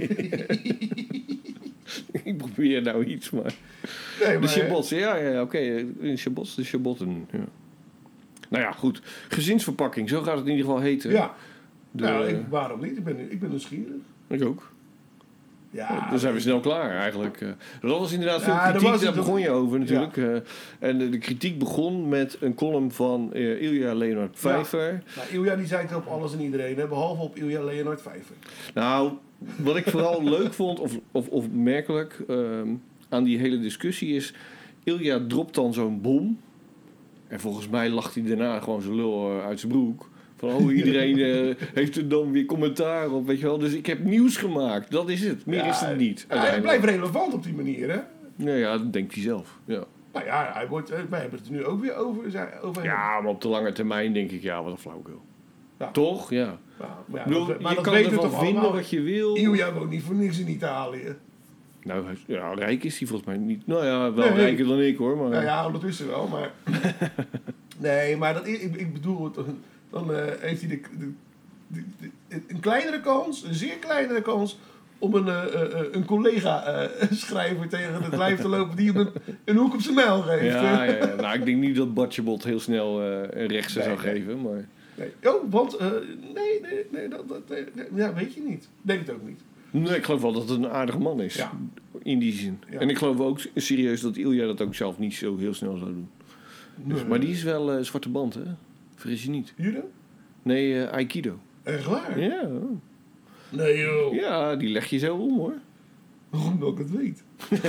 Ik probeer nou iets, maar... Nee, De Chabots, ja, oké. De Chabots, de Chabotten. Ja. Nou ja, goed. Gezinsverpakking, zo gaat het in ieder geval heten. Ja, De- nou, waarom niet? Ik ben nieuwsgierig. Ik ook. Ja, Dan zijn we snel klaar eigenlijk. Dat was inderdaad veel Ja, daar kritiek, was daar het begon ook- je over natuurlijk. En de kritiek begon met een column van Ilja Leonard Pfeiffer. Nou, Ilja die zei het op alles en iedereen, hè, behalve op Ilja Leonard Pfeiffer. Nou, wat ik vooral leuk vond, of opmerkelijk aan die hele discussie is... Ilja dropt dan zo'n bom. En volgens mij lacht hij daarna gewoon zijn lul uit zijn broek. Van iedereen heeft er dan weer commentaar op, weet je wel. Dus ik heb nieuws gemaakt, dat is het. Meer is het niet. Hij blijft relevant op die manier, hè? Ja, dat denkt hij zelf. Ja. Nou ja, wij hebben het er nu ook weer over Ja, maar op de lange termijn denk ik, ja, wat een flauwkul. Ja. Toch? Ja. Maar Ik bedoel, je dat kan weten we ervan toch vinden allemaal. wat je wil. Ilja woont niet voor niks in Italië. Nou, ja, rijk is hij volgens mij niet. Nou ja, wel Nee. rijker dan ik hoor. Maar... Nou ja, ondertussen wel, maar... nee, maar dat, ik bedoel, dan heeft hij een kleinere kans, een zeer kleinere kans... om een collega-schrijver tegen het lijf te lopen die hem een hoek op zijn mijl geeft. Ja. Nou, ik denk niet dat Batjebot heel snel een rechtse zou geven, maar... Nee. Oh, want... nee, ja, weet je niet. Denk het ook niet. Nee, ik geloof wel dat het een aardig man is. Ja. In die zin. Ja. En ik geloof ook serieus dat Ilja dat ook zelf niet zo heel snel zou doen. Dus, maar die is wel zwarte band, hè? Vergis je niet. Judo? Nee, Aikido. Echt waar? Ja. Nee joh. Ja, die leg je zo om, hoor. Omdat ik het weet.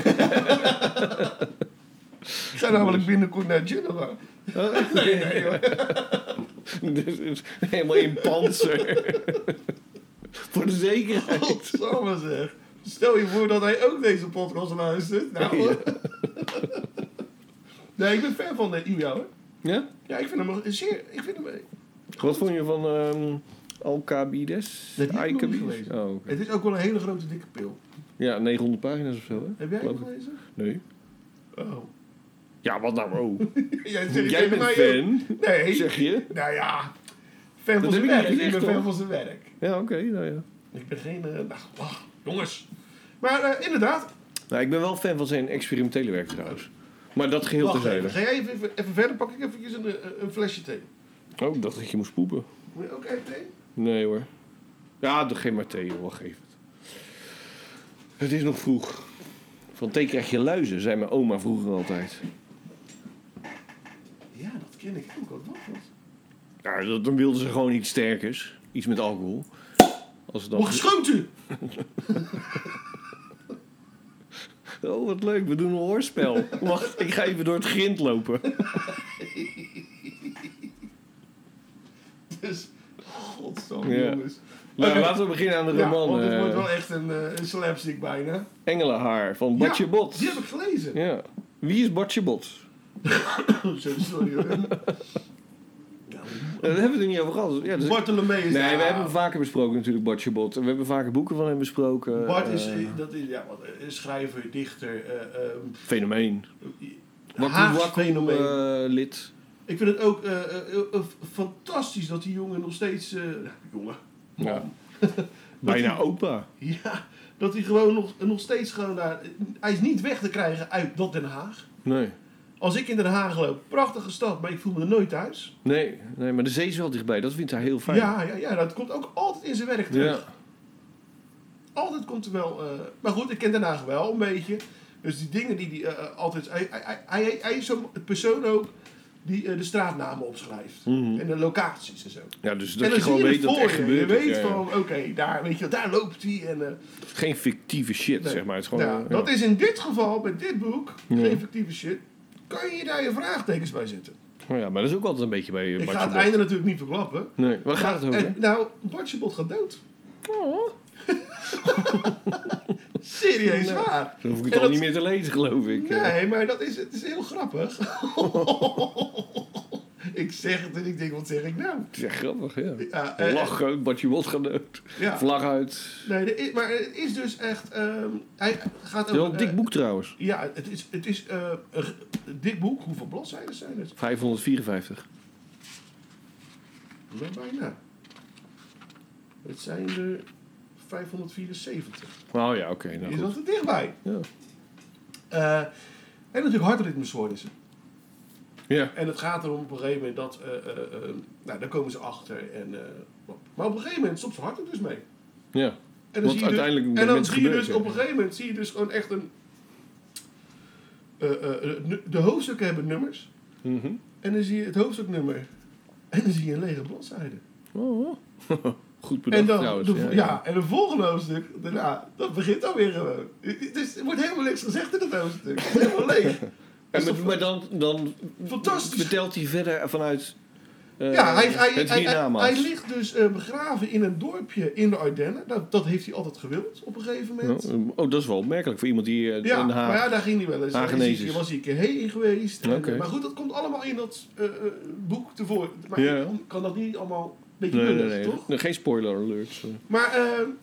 Ik ga namelijk binnenkort naar Genova. Nee hoor. Dus is helemaal in panzer. Voor de zekerheid. Godsamme zeg. Stel je voor dat hij ook deze podcast luistert. Nou hoor. Nee, ik ben fan van Ilja hoor. Ja? Ja, ik vind hem zeer... Wat vond je van Alcabides? Dat heb ik nog niet Alcabides? gelezen. Oh, oké. Het is ook wel een hele grote dikke pil. Ja, 900 pagina's of zo, hè? Heb jij Geloof hem ik. gelezen? Nee. Oh. Ja, wat nou? Oh. Jij, zegt Jij bent fan, Nee. zeg je? Nou ja. Fan van Dat zijn heb ik werk. niet Ik ben gezegd, fan hoor. van zijn werk. Ja, oké. Nou ja. Ik ben geen... jongens. Maar inderdaad. Nou, ik ben wel fan van zijn experimentele werk trouwens. Maar dat geheel Wacht terzijde. even. Ga jij even verder? Pak ik eventjes een flesje thee. Oh, ik dacht dat je moest poepen. Moet je ook even thee? Nee hoor. Ja, geef maar thee, joh. Geef het. Het is nog vroeg. Van thee krijg je luizen, zei mijn oma vroeger altijd. Ja, dat ken ik ook. Wat was dat? Ja, dan wilden ze gewoon iets sterkers. Iets met alcohol. Als het dan... Hoe geschoot u? Oh, wat leuk. We doen een hoorspel. Wacht, ik ga even door het grind lopen. Dus, godsamme Ja. jongens. Nou, Oké. laten we beginnen aan de Ja, roman. want het wordt wel echt een slapstick bijna. Engelenhaar van Bartje Bot. Die heb ik gelezen. Ja. Wie is Bartje Bot? Sorry hoor. Daar hebben we het er niet over gehad. Ja, dus... Bartholomeus. Nee, we hebben hem vaker besproken natuurlijk, Bartje Bot. En we hebben vaker boeken van hem besproken. Bart is, schrijver, dichter, Fenomeen. Haags fenomeen. Lid. Ik vind het ook fantastisch dat die jongen nog steeds... jongen. Ja. Man. Bijna opa. Ja, dat hij gewoon nog steeds gewoon daar... Hij is niet weg te krijgen uit dat Den Haag. Nee. Als ik in Den Haag loop, prachtige stad, maar ik voel me er nooit thuis. Nee, maar de zee is wel dichtbij. Dat vindt hij heel fijn. Ja, dat komt ook altijd in zijn werk terug. Ja. Altijd komt er wel... maar goed, ik ken Den Haag wel een beetje. Dus die dingen die hij altijd... Hij is zo'n persoon ook die de straatnamen opschrijft. Mhm. En de locaties en zo. Ja, dus En dat dan je gewoon zie je weet dat het echt je. gebeurt. Je weet Ja, ja. van, oké, daar, weet je, daar loopt hij. En, Geen fictieve shit, nee. zeg maar. Het is gewoon, Ja, ja. dat is in dit geval, met dit boek, Ja. geen fictieve shit. Kan je daar je vraagtekens bij zetten? Oh ja, maar dat is ook altijd een beetje bij Ik Bartje ga het Bot. einde natuurlijk niet verklappen. Nee, waar gaat het over? En, nou, Bartje Bot gaat dood. Oh. Serieus Nee. waar. Dan hoef ik het En al dat- niet meer te lezen, geloof ik. Nee, maar het is heel grappig. Ik zeg het en ik denk, wat zeg ik nou? Het is echt grappig, ja. Ja, Lachen, Bartje Bot gaat dood. ja. Vlag uit. Nee, maar het is dus echt... hij gaat Het is wel over... een dik boek trouwens. Ja, het is een dik boek. Hoeveel bladzijden zijn het? 554. Nou, bijna. Het zijn er 574. Oh ja, oké. Nou Is goed. dat er dichtbij? Ja. En natuurlijk hartritmestoornissen. Ja. En het gaat erom op een gegeven moment dat... nou, daar komen ze achter. En, maar op een gegeven moment stopt zijn hart er dus mee. Ja. En dan Wat zie je uiteindelijk dus, bij en dan mensen zie je gebeurt, dus ja. op een gegeven moment zie je dus gewoon echt een... de hoofdstukken hebben nummers. Mhm. En dan zie je het hoofdstuknummer. En dan zie je een lege bladzijde. Oh. Goed bedacht En dan, trouwens. en een volgende hoofdstuk daarna, dat begint dan weer gewoon. Dus er wordt helemaal niks gezegd in het hoofdstuk. Het is helemaal leeg. En maar dan Fantastisch. vertelt hij verder vanuit hij ligt dus begraven in een dorpje in de Ardennen. Dat heeft hij altijd gewild op een gegeven moment. Ja, dat is wel opmerkelijk voor iemand die in Haag... maar daar ging hij wel eens. Was hij een keer heen geweest. Okay. Maar goed, dat komt allemaal in dat boek tevoren. Maar ik kan dat niet allemaal een beetje lullig, toch? Nee, geen spoiler alerts. Maar...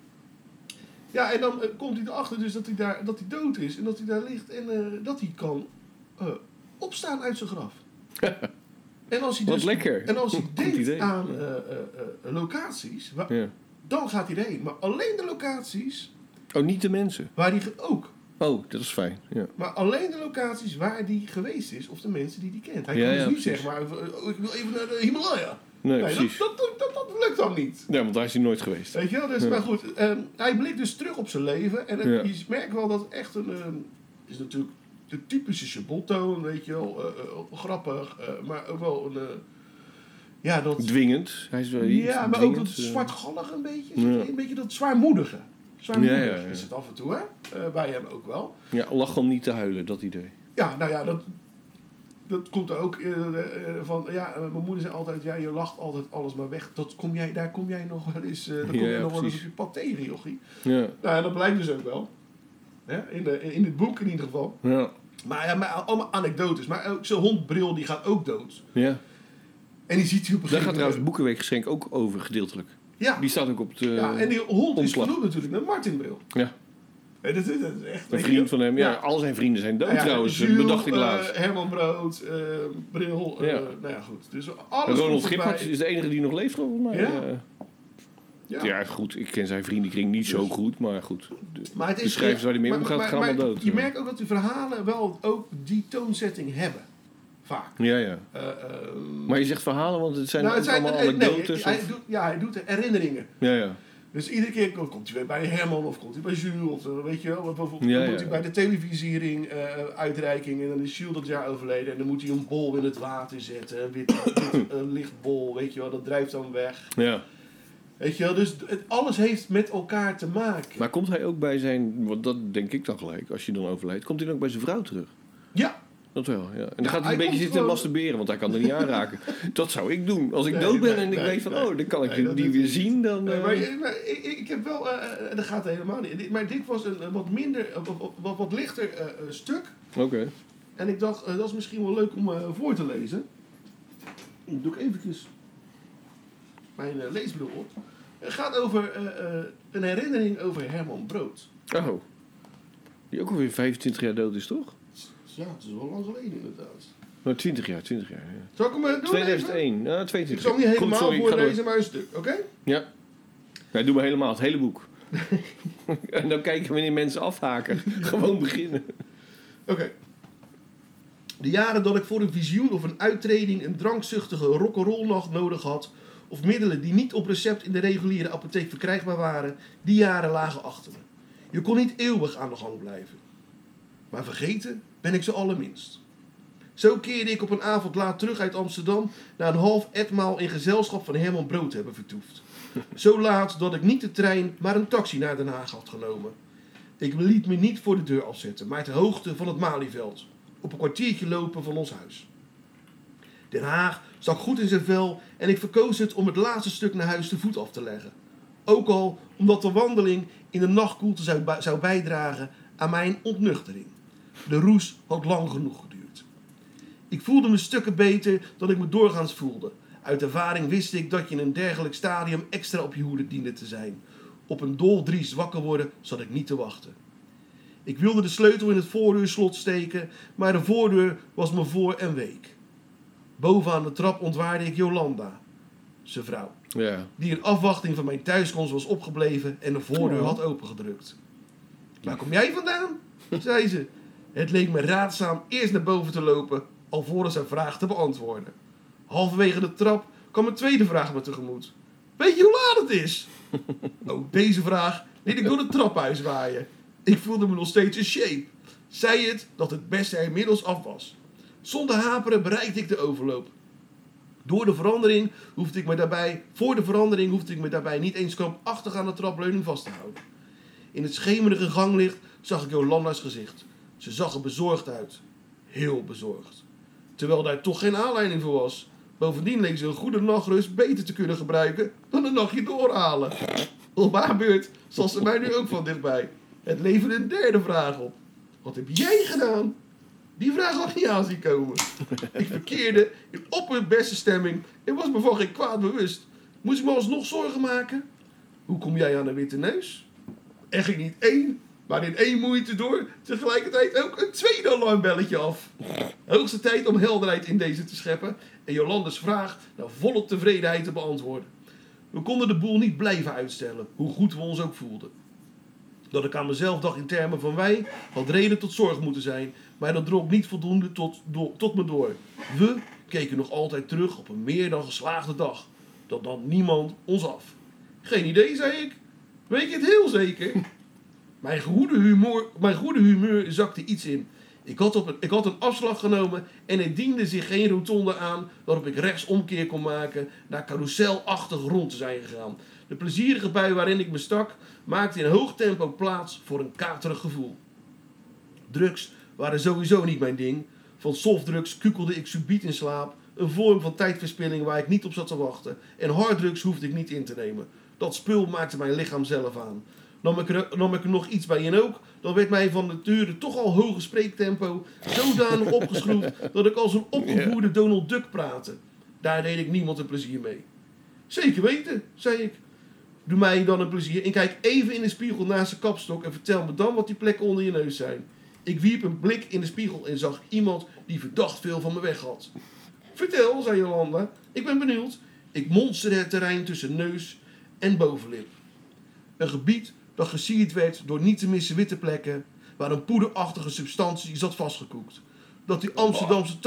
en dan komt hij erachter dus dat hij dood is. En dat hij daar ligt. En dat hij kan opstaan uit zijn graf. En als hij Wat lekker. En als hij denkt aan locaties, dan gaat hij erheen. Maar alleen de locaties... Oh, niet de mensen? Waar hij ook. Oh, dat is fijn. Ja. Maar alleen de locaties waar hij geweest is. Of de mensen die hij kent. Hij kan dus niet zeggen, maar ik wil even naar de Himalaya. Nee, precies. Dat lukt dan niet. Ja, want daar is hij nooit geweest. Weet je wel? Dus, maar goed, hij blikt dus terug op zijn leven. En je merkt wel dat het echt is natuurlijk de typische Chabot-toon, weet je wel. Grappig, maar ook wel een... dwingend. Hij is wel maar dwingend, ook dat zwartgallig een beetje. Een beetje dat zwaarmoedige. Zwaarmoedig is het af en toe, hè? Bij hem ook wel. Ja, lach om niet te huilen, dat idee. Ja, nou ja, dat komt er ook van... Ja, mijn moeder zei altijd... Ja, je lacht altijd alles maar weg. Daar kom jij nog wel eens... daar kom jij nog wel eens op je pad tegen, jochie. Ja. Nou, en dat blijkt dus ook wel. Ja, in het boek in ieder geval. Ja. Maar allemaal anekdotes. Maar ook zijn hond Bril, die gaat ook dood. Ja. En die ziet hij op een gegeven moment... Daar gaat trouwens het Boekenweekgeschenk ook over, gedeeltelijk. Ja. Die staat ook op de en die hond omslag. Is genoemd natuurlijk met Martin Bril. Ja. En dat is echt... Een vriend van hem. Ja, al zijn vrienden zijn dood trouwens. Jules, bedacht ik laatst. Herman Brood, Bril. Nou ja, goed. Dus alles Ronald Gippert is de enige die nog leeft, volgens mij. Ja, goed. Ik ken zijn vriendenkring niet zo goed, maar goed. Maar het is de schrijvers waar hij mee omgaat, gaan allemaal dood. Je merkt ook dat die verhalen wel ook die toonzetting hebben. Vaak. Ja. Maar je zegt verhalen, want het zijn allemaal anekdotes. Hij doet herinneringen. Ja. Dus iedere keer komt hij weer bij Herman of komt hij bij Jules. Of weet je wel. Bijvoorbeeld komt hij bij de televisiering uitreiking. En dan is Jules dat jaar overleden. En dan moet hij een bol in het water zetten. Een lichtbol, weet je wel. Dat drijft dan weg. Ja. Weet je wel, dus alles heeft met elkaar te maken. Maar komt hij ook bij zijn, want dat denk ik dan gelijk, als je dan overlijdt, komt hij dan ook bij zijn vrouw terug? Ja. Dat wel, ja. En dan gaat hij een beetje zitten masturberen, want hij kan er niet aanraken. Dat zou ik doen. Als ik dood ben en ik weet van, dan kan ik die weer zien, dan... Maar ik heb wel, dat gaat helemaal niet. Maar dit was een wat minder, wat lichter stuk. Oké. En ik dacht, dat is misschien wel leuk om voor te lezen. Ik doe ik eventjes mijn leesbril op. Het gaat over een herinnering over Herman Brood. Oh. Die ook alweer 25 jaar dood is, toch? Ja, het is wel lang geleden inderdaad. Nou, 20 jaar, ja. Zal ik hem doen? 2001, 22. Ik zal niet helemaal voorlezen, maar een stuk, oké? Ja. Nee, doe maar helemaal, het hele boek. En dan kijken wanneer mensen afhaken. Gewoon beginnen. Oké. De jaren dat ik voor een visioen of een uittreding een drankzuchtige rock'n'roll-nacht nodig had, of middelen die niet op recept in de reguliere apotheek verkrijgbaar waren, die jaren lagen achter me. Je kon niet eeuwig aan de gang blijven. Maar vergeten ben ik zo allerminst. Zo keerde ik op een avond laat terug uit Amsterdam na een half etmaal in gezelschap van Herman Brood hebben vertoefd. Zo laat dat ik niet de trein, maar een taxi naar Den Haag had genomen. Ik liet me niet voor de deur afzetten, maar ter hoogte van het Malieveld. Op een kwartiertje lopen van ons huis. Den Haag stak goed in zijn vel en ik verkoos het om het laatste stuk naar huis de voet af te leggen. Ook al omdat de wandeling in de nachtkoelte zou bijdragen aan mijn ontnuchtering. De roes had lang genoeg geduurd. Ik voelde me stukken beter dan ik me doorgaans voelde. Uit ervaring wist ik dat je in een dergelijk stadium extra op je hoede diende te zijn. Op een doldries wakker worden zat ik niet te wachten. Ik wilde de sleutel in het voordeurslot steken, maar de voordeur was me voor en week. Boven aan de trap ontwaarde ik Jolanda, zijn vrouw, die in afwachting van mijn thuiskomst was opgebleven en de voordeur had opengedrukt. Waar kom jij vandaan? Zei ze. Het leek me raadzaam eerst naar boven te lopen, alvorens haar vraag te beantwoorden. Halverwege de trap kwam een tweede vraag me tegemoet. Weet je hoe laat het is? Ook deze vraag liet ik door de traphuis waaien. Ik voelde me nog steeds in shape. Zei het dat het beste er inmiddels af was. Zonder haperen bereikte ik de overloop. Voor de verandering hoefde ik me daarbij niet eens krampachtig aan de trapleuning vast te houden. In het schemerige ganglicht zag ik Jolanda's gezicht. Ze zag er bezorgd uit. Heel bezorgd. Terwijl daar toch geen aanleiding voor was. Bovendien leek ze een goede nachtrust beter te kunnen gebruiken dan een nachtje doorhalen. Op haar beurt zal ze mij nu ook van dichtbij. Het levert een derde vraag op. Wat heb jij gedaan? Die vraag had niet aan zien komen. Ik verkeerde in opperbeste stemming en was me van geen kwaad bewust. Moest ik me alsnog zorgen maken? Hoe kom jij aan een witte neus? Er ging niet één, maar in één moeite door tegelijkertijd ook een tweede alarmbelletje af. Hoogste tijd om helderheid in deze te scheppen en Jolandes vraag naar volle tevredenheid te beantwoorden. We konden de boel niet blijven uitstellen, hoe goed we ons ook voelden. Dat ik aan mezelf dacht in termen van wij had reden tot zorg moeten zijn, maar dat drong niet voldoende tot me door. We keken nog altijd terug op een meer dan geslaagde dag. Dat nam niemand ons af. Geen idee, zei ik. Weet je het heel zeker? Mijn goede humeur zakte iets in. Ik had een afslag genomen en er diende zich geen rotonde aan waarop ik rechtsomkeer kon maken naar carouselachtig rond te zijn gegaan. De plezierige bui waarin ik me stak maakte in hoog tempo plaats voor een katerig gevoel. Drugs waren sowieso niet mijn ding. Van softdrugs kukelde ik subiet in slaap. Een vorm van tijdverspilling waar ik niet op zat te wachten. En harddrugs hoefde ik niet in te nemen. Dat spul maakte mijn lichaam zelf aan. Nam ik er nog iets bij in ook, dan werd mij van nature toch al hoge spreektempo zodanig opgeschroefd dat ik als een opgevoerde Donald Duck praatte. Daar deed ik niemand een plezier mee. Zeker weten, zei ik. Doe mij dan een plezier en kijk even in de spiegel naast de kapstok en vertel me dan wat die plekken onder je neus zijn. Ik wierp een blik in de spiegel en zag iemand die verdacht veel van me weg had. Vertel, zei Jolanda, ik ben benieuwd. Ik monsterde het terrein tussen neus en bovenlip. Een gebied dat gesierd werd door niet te missen witte plekken, waar een poederachtige substantie zat vastgekoekt. Dat die Amsterdamse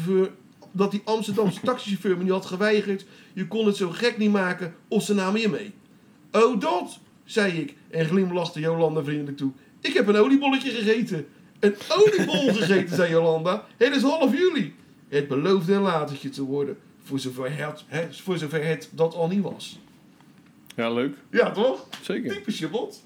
taxichauffeur me niet had geweigerd, je kon het zo gek niet maken of ze namen je mee. Oh dat, zei ik en glimlachte Jolanda vriendelijk toe. Ik heb een oliebolletje gegeten. Een oliebol gegeten, zei Jolanda. Het is half juli. Het beloofde een latertje te worden, voor zover het dat al niet was. Ja, leuk. Ja, toch? Zeker. Type Chabot.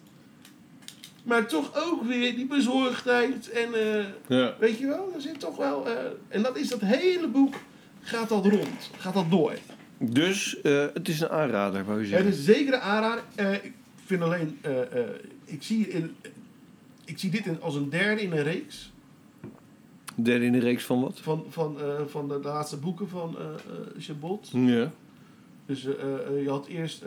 Maar toch ook weer die bezorgdheid en Ja. weet je wel, er zit toch wel en dat is dat hele boek gaat dat rond, gaat dat door. Dus het is een aanrader, wou je Het zeggen. is zeker een aanrader. Ik vind alleen, ik zie dit als een derde in een reeks Derde in de reeks van wat? van de laatste boeken van Chabot. Ja. Dus je had eerst,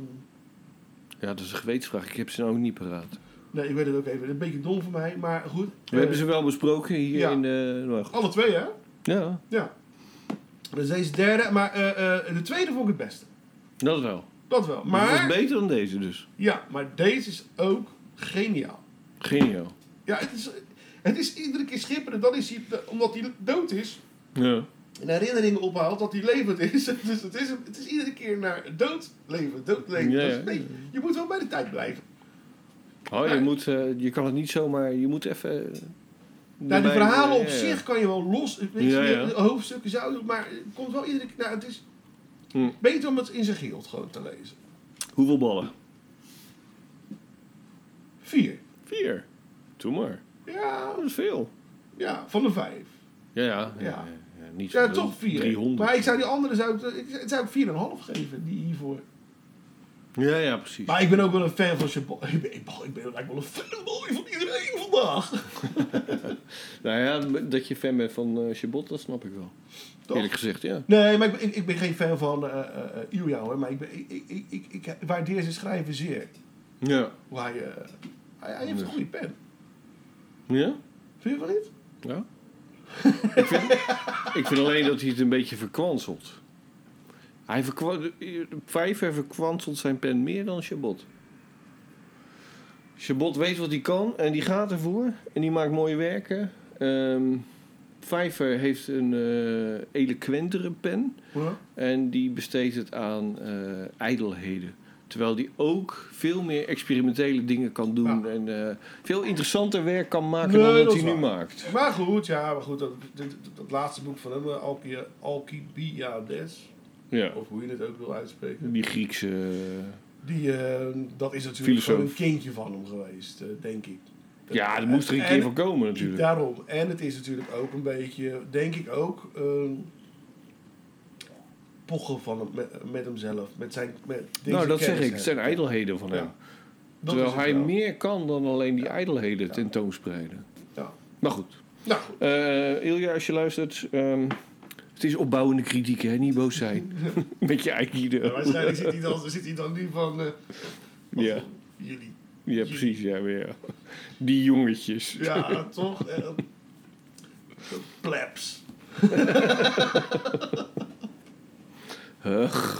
Ja, dat is een gewetensvraag. Ik heb ze nou ook niet paraat. nee, ik weet het ook even, een beetje dom voor mij, maar goed. We hebben ze wel besproken hier ja. in de... Nou, goed. Alle twee, hè? Ja, Ja. Dus deze derde, maar de tweede vond ik het beste. dat wel. Dat wel. Maar... Het Maar, was beter dan deze dus. ja, maar deze is ook geniaal. Geniaal. Ja, het is iedere keer schipperen. Dan is hij, omdat hij dood is, Ja. en herinneringen ophaalt dat hij levend is. Dus het is iedere keer naar dood leven. Ja, Dus ja. nee, je moet wel bij de tijd blijven. Oh, je kan het niet zomaar... Je moet even... Nou, de verhalen op zich kan je wel los. Weet je, Ja, ja. de hoofdstukken zou, maar het komt wel iedere keer. Nou, het is beter om het in zijn geheel gewoon te lezen. Hoeveel ballen? 4. 4. Doe maar. Ja, Dat is veel. ja, van de 5. Ja. Niet Ja, zo toch 4. 300. Maar ik zou die andere zou ik 4,5 geven, die hiervoor. Ja, precies. Maar ik ben ook wel een fan van Chabot. Ik ben lijkt wel een fanboy van iedereen vandaag. Nou ja, dat je fan bent van Chabot, dat snap ik wel. Toch? Eerlijk gezegd, ja. Nee, maar ik ben geen fan van Ilja, hoor. Maar ik waardeer zijn schrijven zeer. Ja. Hoe hij heeft een goede pen. Ja? Vind je wel niet? Ja. ik vind alleen dat hij het een beetje verkwanselt. Pfeiffer verkwanselt zijn pen meer dan Chabot. Chabot weet wat hij kan en die gaat ervoor. En die maakt mooie werken. Pfeiffer heeft een eloquentere pen. Ja. En die besteedt het aan ijdelheden. Terwijl die ook veel meer experimentele dingen kan doen. Ja. En veel interessanter werk kan maken Nee, dan dat dat is hij nu waar. maakt. Maar goed, dat laatste boek van hem, Alcibiades, Ja. of hoe je het ook wil uitspreken. Die Griekse... Dat is natuurlijk Filosoof. gewoon een kindje van hem geweest, denk ik. Ja, er moest er een keer van komen natuurlijk. Daarom. En het is natuurlijk ook een beetje, denk ik ook, pochen van hem, met hemzelf. Met deze Nou, dat zeg kennis, ik. Het zijn ijdelheden van Ja. hem. Dat Terwijl is het hij wel. meer kan dan alleen die ijdelheden tentoonspreiden. Ja. Maar goed. Nou, goed. Ilja, als je luistert... het is opbouwende kritiek, hè? Niet boos zijn. Met je eigen idee. Ja, waarschijnlijk zit hij dan nu van... Ja. Jullie. Ja, precies. Ja, maar ja. Die jongetjes. Ja, toch? Plebs. Hug.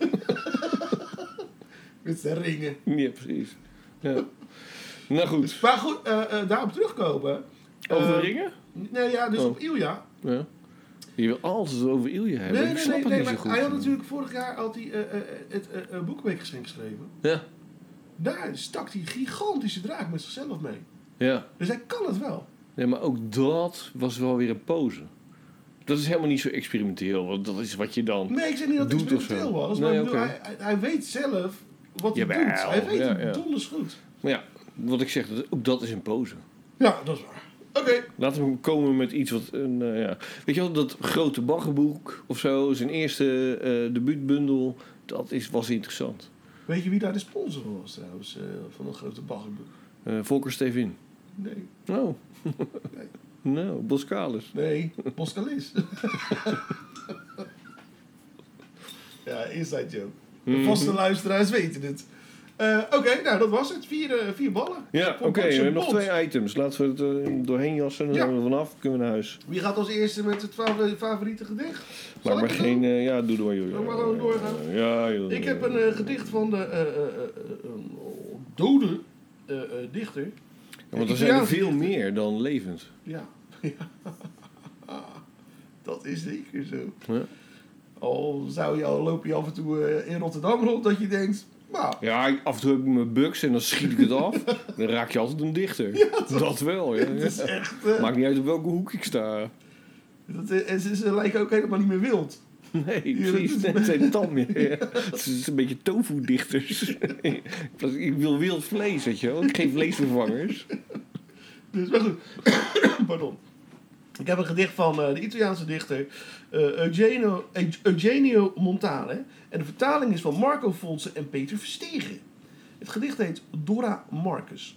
Met zijn ringen. Ja, precies. Ja. Nou goed. Maar goed, daarop terugkomen. Over ringen? Nee, ja, dus Oh. op Ilja. Ja. Je wil alles over Ilja hebben. Ik snap het niet zo maar goed. hij had natuurlijk vorig jaar het boekenweekgeschenk geschreven. Ja. Daar stak hij gigantische draak met zichzelf mee. Ja. Dus hij kan het wel. Nee, maar ook dat was wel weer een pose. Dat is helemaal niet zo experimenteel. Want dat is wat je dan... Nee, ik zeg niet dat het Doet of experimenteel zo. was. Nee, Maar ik bedoel, oké. hij weet zelf wat hij Jawel, doet. Hij weet ja, het ja. donders goed. Maar ja, wat ik zeg, ook dat is een pose. Ja, dat is waar. Oké. Laten we komen met iets wat... ja. Weet je wel, dat grote baggerboek of zo, zijn eerste debuutbundel, was interessant. Weet je wie daar de sponsor van was trouwens? Van een grote baggerboek? Volker Stevin. Nee. Oh. Nee. Nou, Boskalis. Nee, Boskalis. Ja, inside joke. De vaste luisteraars weten het. Oké, nou dat was het. 4 ballen. Ja, Voor oké. We Boxer hebben nog Bond. 2 items. Laten we het doorheen jassen. Dan Ja. zijn we er vanaf. Kunnen we naar huis. Wie gaat als eerste met het favoriete gedicht? Zal Maar ik het geen... doen? ja, doe door, joh. Zal ik maar gewoon doorgaan? Ja, joh. Ik heb een gedicht van de dode dichter. Ja, want er zijn er Italiaanse veel dichter. meer dan levend. Ja. Dat is zeker zo. Ja. Al loop je af en toe in Rotterdam rond dat je denkt... Nou, Ja, af en toe heb ik mijn buks en dan schiet ik het af. Dan raak je altijd een dichter. Dat wel, ja. het is echt... Maakt niet uit op welke hoek ik sta. en ze lijken ook helemaal niet meer wild. Nee, Ja, precies. dat is- Het zijn tam meer. Ja. Het is een beetje tofu-dichters. Ik wil wild vlees, weet je wel. Geen vleesvervangers. Dus maar goed. Pardon. Ik heb een gedicht van de Italiaanse dichter Eugenio Montale. En de vertaling is van Marco Fonse en Peter Verstegen. Het gedicht heet Dora Marcus.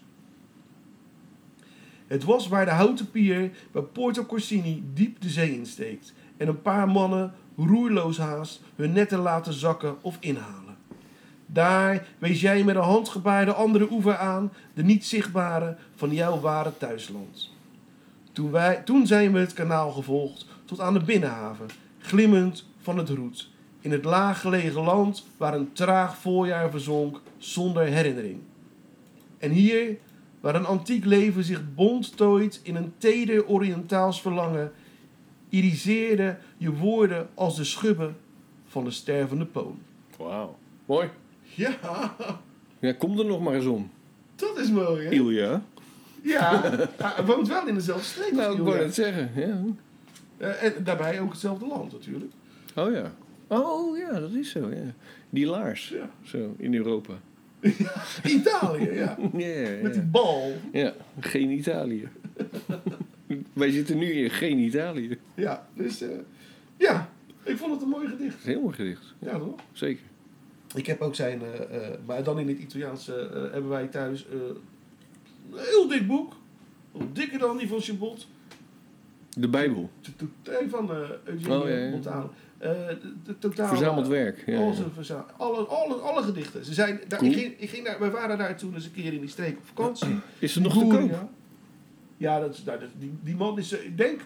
Het was waar de houten pier bij Porto Corsini diep de zee insteekt. En een paar mannen, roerloos haast, hun netten laten zakken of inhalen. Daar wees jij met een handgebaar de andere oever aan, de niet zichtbare van jouw ware thuisland. Toen zijn we het kanaal gevolgd tot aan de binnenhaven, glimmend van het roet. In het laaggelegen land waar een traag voorjaar verzonk zonder herinnering. En hier, waar een antiek leven zich bont tooit in een teder Oriëntaals verlangen, iriseerde je woorden als de schubben van de stervende poon. Wauw. Mooi. Ja, Ja, kom er nog maar eens om. dat is mooi, hè? Ilja. Ja, hij woont wel in dezelfde streek als Nou, ik Ilja. wou het zeggen. Ja. En daarbij ook hetzelfde land natuurlijk. Oh ja. Oh ja, dat is zo, ja. Die laars. Ja. Zo, in Europa. Italië, ja. Ja, Met die ja. bal. Ja, geen Italië. Wij zitten nu in geen Italië. Ja, dus ja, ik vond het een mooi gedicht. Dat is een heel mooi gedicht. Ja, toch? Zeker. Ik heb ook zijn, maar dan in het Italiaans hebben wij thuis een heel dik boek. Dikker dan die van Chabot. De Bijbel. Van Eugenio Oh, ja, ja. Montale. De totale... Verzameld werk. Ja, Alles ja. een alle gedichten. Ze zijn, daar, Cool. ik ging daar, wij waren daar toen eens een keer in die streek op vakantie. Is er nog te Boeren, koop? ja. Ja, die man is, ik denk,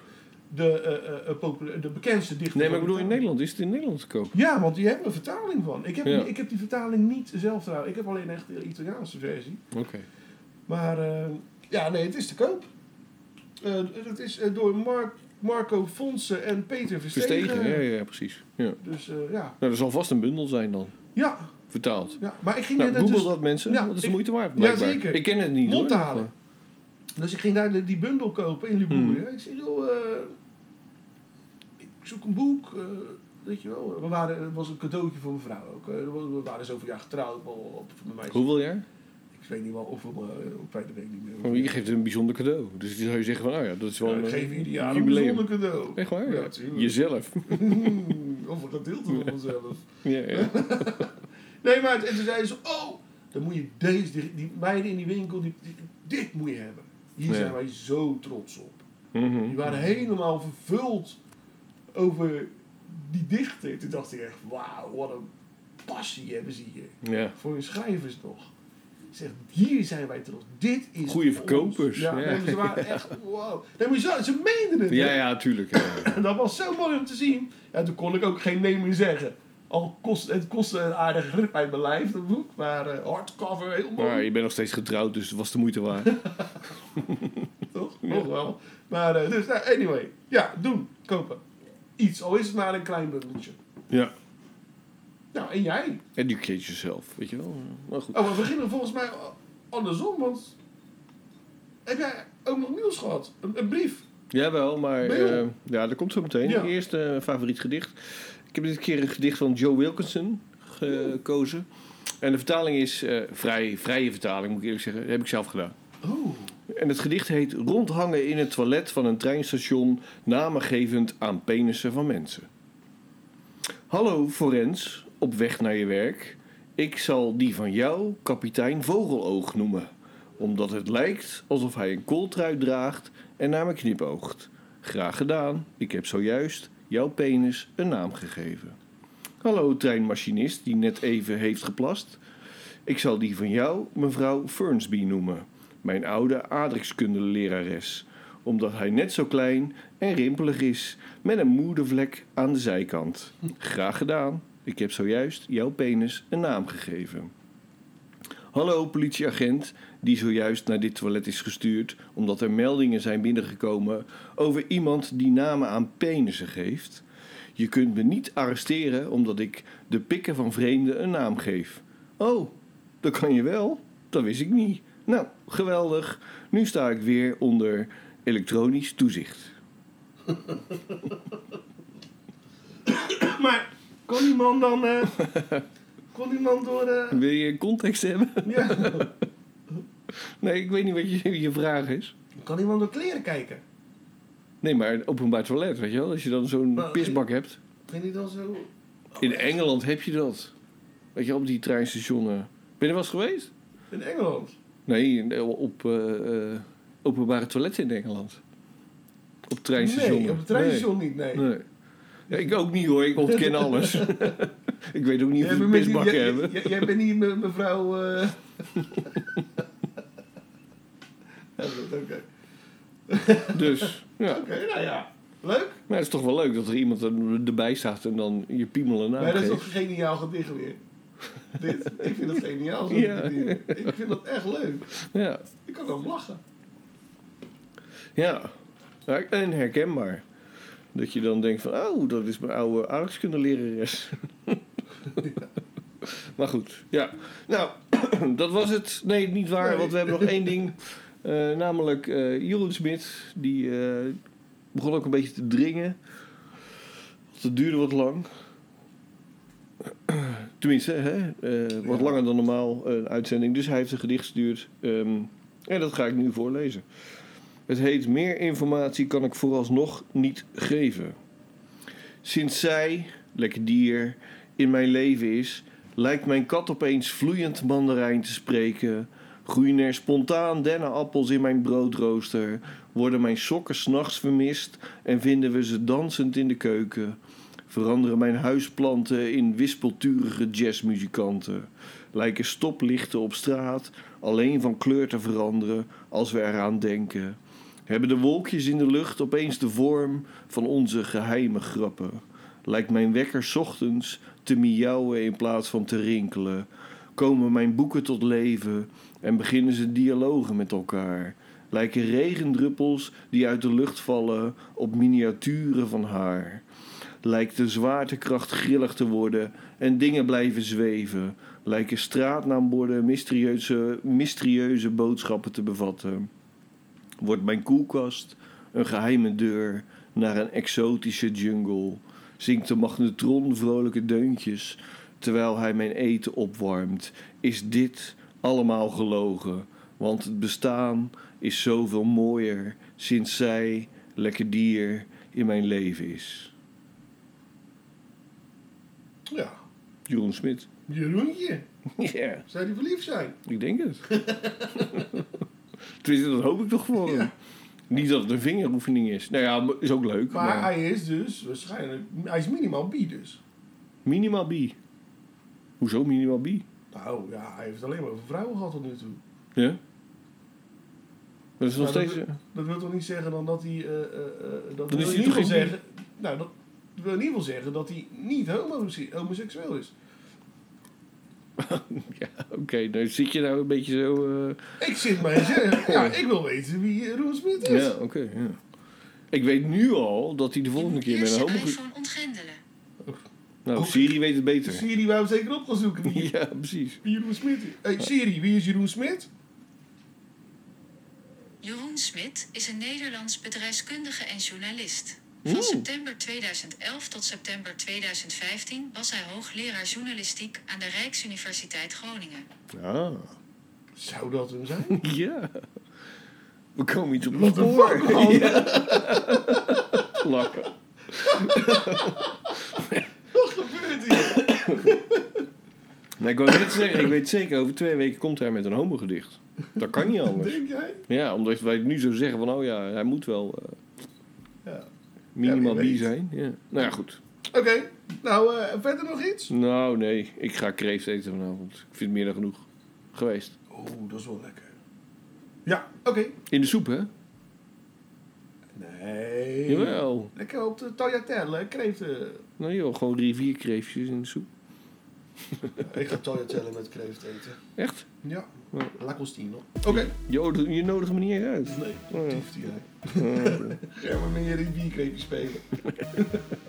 de bekendste dichter. Nee, maar van ik bedoel in Italië. Nederland. Is het in Nederland te koop? Ja, want die hebben een vertaling van. Ik heb, Ja. ik heb die vertaling niet zelf trouwens. Ik heb alleen echt de Italiaanse versie. Oké. Maar ja, nee, het is te koop. Het is door Marco Fonse en Peter Verstegen. Verstegen, ja, precies. Ja. Dus ja. Nou, er zal vast een bundel zijn dan. Ja, Vertaald. ja. Maar ik ging Nou, net Google dus... dat mensen. Ja, Want dat is de ik- moeite waard. Ja, Blijkbaar. zeker. Ik ken het niet. hoor. Montale. Dus ik ging daar die bundel kopen in Liguorië. Ik zei, joh, ik zoek een boek. Weet je wel. Het was een cadeautje voor mijn vrouw ook. We waren zoveel jaar getrouwd met mij. Hoeveel jaar? Ik weet niet wel hoeveel, op feite weet ik niet meer. Oh, je geeft een bijzonder cadeau. Dus dan zou je zeggen van, nou ja, dat is wel Ja, ik een geef ieder jaar een jubileum. bijzonder cadeau. Echt waar? Ja, Ja. tuurlijk. Jezelf. Of een gedeelte van mezelf. Ja. Nee, maar en toen zeiden ze, dan moet je die meiden in die winkel, dit moet je hebben. Hier zijn wij zo trots op. Mhm. Die waren helemaal vervuld over die dichter. Toen dacht ik echt, wauw, wat een passie hebben ze hier. Ja. Voor hun schrijvers nog. Ik zeg, hier zijn wij trots. Dit is Goeie ons. verkopers. Ja, Ja. nee, maar ze waren echt, wow. Nee, maar ze meenden het. hè. Ja, tuurlijk. Ja. En dat was zo mooi om te zien. Ja, toen kon ik ook geen nee meer zeggen. Het kostte een aardige grip uit mijn lijf, dat boek. Maar hardcover, heel mooi. Maar je bent nog steeds getrouwd, dus het was de moeite waard. Toch? Nog wel. Maar dus, anyway. Ja, doen. Kopen. Iets. Al is het maar een klein bundeltje. Ja. Nou, en jij? Educate yourself, weet je wel. Maar goed. Oh, maar we beginnen volgens mij andersom, want... Heb jij ook nog nieuws gehad? Een brief? Jawel, maar Mail. dat komt zo meteen. Ja. Eerst favoriet gedicht. Ik heb dit keer een gedicht van Joe Wilkinson gekozen. En de vertaling is vrije vertaling, moet ik eerlijk zeggen. Dat heb ik zelf gedaan. Oh. En het gedicht heet Rondhangen in het toilet van een treinstation, namengevend aan penissen van mensen. Hallo Forens, op weg naar je werk. Ik zal die van jou kapitein Vogeloog noemen, omdat het lijkt alsof hij een kooltrui draagt en naar me knipoogt. Graag gedaan, ik heb zojuist jouw penis een naam gegeven. Hallo treinmachinist die net even heeft geplast. Ik zal die van jou mevrouw Fernsby noemen, mijn oude aardrijkskundelerares, omdat hij net zo klein en rimpelig is, met een moedervlek aan de zijkant. Graag gedaan, ik heb zojuist jouw penis een naam gegeven. Hallo politieagent die zojuist naar dit toilet is gestuurd omdat er meldingen zijn binnengekomen over iemand die namen aan penissen geeft. Je kunt me niet arresteren omdat ik de pikken van vreemden een naam geef. Oh, dat kan je wel? Dat wist ik niet. Nou, geweldig. Nu sta ik weer onder elektronisch toezicht. Maar, kon die man dan... kon die man door de... Wil je context hebben? Ja. Nee, ik weet niet wat je vraag is. Kan die man door kleren kijken? Nee, maar een openbaar toilet, weet je wel? Als je dan zo'n Nou, pisbak hebt. Vind je dan zo... In Engeland heb je dat. Weet je, op die treinstationen. Ben je er wel eens geweest? In Engeland? Nee, op openbare toiletten in Engeland. Op treinstationen. Nee, op het treinstation niet, nee. Nee. Ja, ik ook niet hoor, ik ontken alles. Ik weet ook niet of we bent pisbakken niet- hebben. Jij bent niet mevrouw... Ja, oké. Dus, ja. Oké, nou ja. Leuk. Maar het is toch wel leuk dat er iemand erbij staat en dan je piemel een naam Maar dat is geeft. toch een geniaal gedicht weer. Dit, ik vind het geniaal. Zo Ja. Ik vind dat echt leuk. Ja. Ik kan wel lachen. Ja, en herkenbaar. Dat je dan denkt van, oh, dat is mijn oude aardrijkskundelerares. Maar goed, ja. Nou, dat was het. Nee, niet waar, Nee. want we hebben nog één ding. Namelijk Jeroen Smit, die begon ook een beetje te dringen. Het duurde wat lang. Tenminste, wat langer dan normaal een uitzending. Dus hij heeft een gedicht gestuurd. En dat ga ik nu voorlezen. Het heet Meer informatie kan ik vooralsnog niet geven. Sinds zij, lekker dier, in mijn leven is, lijkt mijn kat opeens vloeiend mandarijn te spreken. Groeien er spontaan dennenappels in mijn broodrooster. Worden mijn sokken 's nachts vermist en vinden we ze dansend in de keuken. Veranderen mijn huisplanten in wispelturige jazzmuzikanten. Lijken stoplichten op straat alleen van kleur te veranderen als we eraan denken. Hebben de wolkjes in de lucht opeens de vorm van onze geheime grappen. Lijkt mijn wekker 's ochtends te miauwen in plaats van te rinkelen. Komen mijn boeken tot leven en beginnen ze dialogen met elkaar. Lijken regendruppels die uit de lucht vallen op miniaturen van haar. Lijkt de zwaartekracht grillig te worden en dingen blijven zweven. Lijken straatnaamborden mysterieuze boodschappen te bevatten. Wordt mijn koelkast een geheime deur naar een exotische jungle. Zingt de magnetron vrolijke deuntjes terwijl hij mijn eten opwarmt. Is dit allemaal gelogen? Want het bestaan is zoveel mooier sinds zij, lekker dier, in mijn leven is. Ja. Jeroen Smit. Jeroentje. Ja, Zou die verliefd zijn? ik denk het. Tenminste, dat hoop ik toch voor hem. Ja. Niet dat het een vingeroefening is. Nou ja, is ook leuk. Maar hij is dus waarschijnlijk... Hij is minimaal bi dus. Minimaal bi. Hoezo minimaal bi? Nou ja, hij heeft alleen maar over vrouwen gehad tot nu toe. Ja? Dat is nog Nou, steeds... Dat wil toch niet zeggen dan dat hij... dat Dan is wil hij in ieder toch geval geen bi? zeggen... Nou, dat wil in ieder geval zeggen dat hij niet homoseksueel is. Ja, oké. Dan zit je nou een beetje zo... Ik zit maar in zeggen... Ja, ik wil weten wie Jeroen Smit is. Ja, oké. Ja. Ik weet nu al dat hij de volgende keer met een homo... iPhone ontgrendelen. Nou, Ook- Siri weet het beter. Siri wou hem zeker op gaan zoeken. Wie Ja, precies. Jeroen Smit is. Hey Siri, wie is Jeroen Smit? Jeroen Smit is een Nederlands bedrijfskundige en journalist. Van september 2011 tot september 2015 was hij hoogleraar journalistiek aan de Rijksuniversiteit Groningen. Ah. Zou dat hem zijn? Ja. We komen iets op het Wat een spoor. fuck, man. Ja. Lachen. Wat gebeurt hier? Nou, ik wou net zeggen, ik weet zeker, over 2 weken komt hij met een homogedicht. Dat kan niet anders. Denk jij? Ja, omdat wij nu zo zeggen van, oh ja, hij moet wel Ja. minimaal Ja, wie bi weet. zijn. Ja. Nou ja, goed. Oké. Nou, verder nog iets? Nou, nee. Ik ga kreeft eten vanavond. Ik vind het meer dan genoeg geweest. Oeh, dat is wel lekker. Ja, oké. In de soep, hè? Nee. Jawel. Lekker op de tagliatelle, kreeften. Nou joh, gewoon rivierkreeftjes in de soep. Ik ga tagliatelle met kreeft eten. Echt? Ja. Ja. Lacostino. Oké. Je nodigt me niet eens uit. Nee, Oh, ja. tieft jij. Ga maar met je rivierkreefje spelen.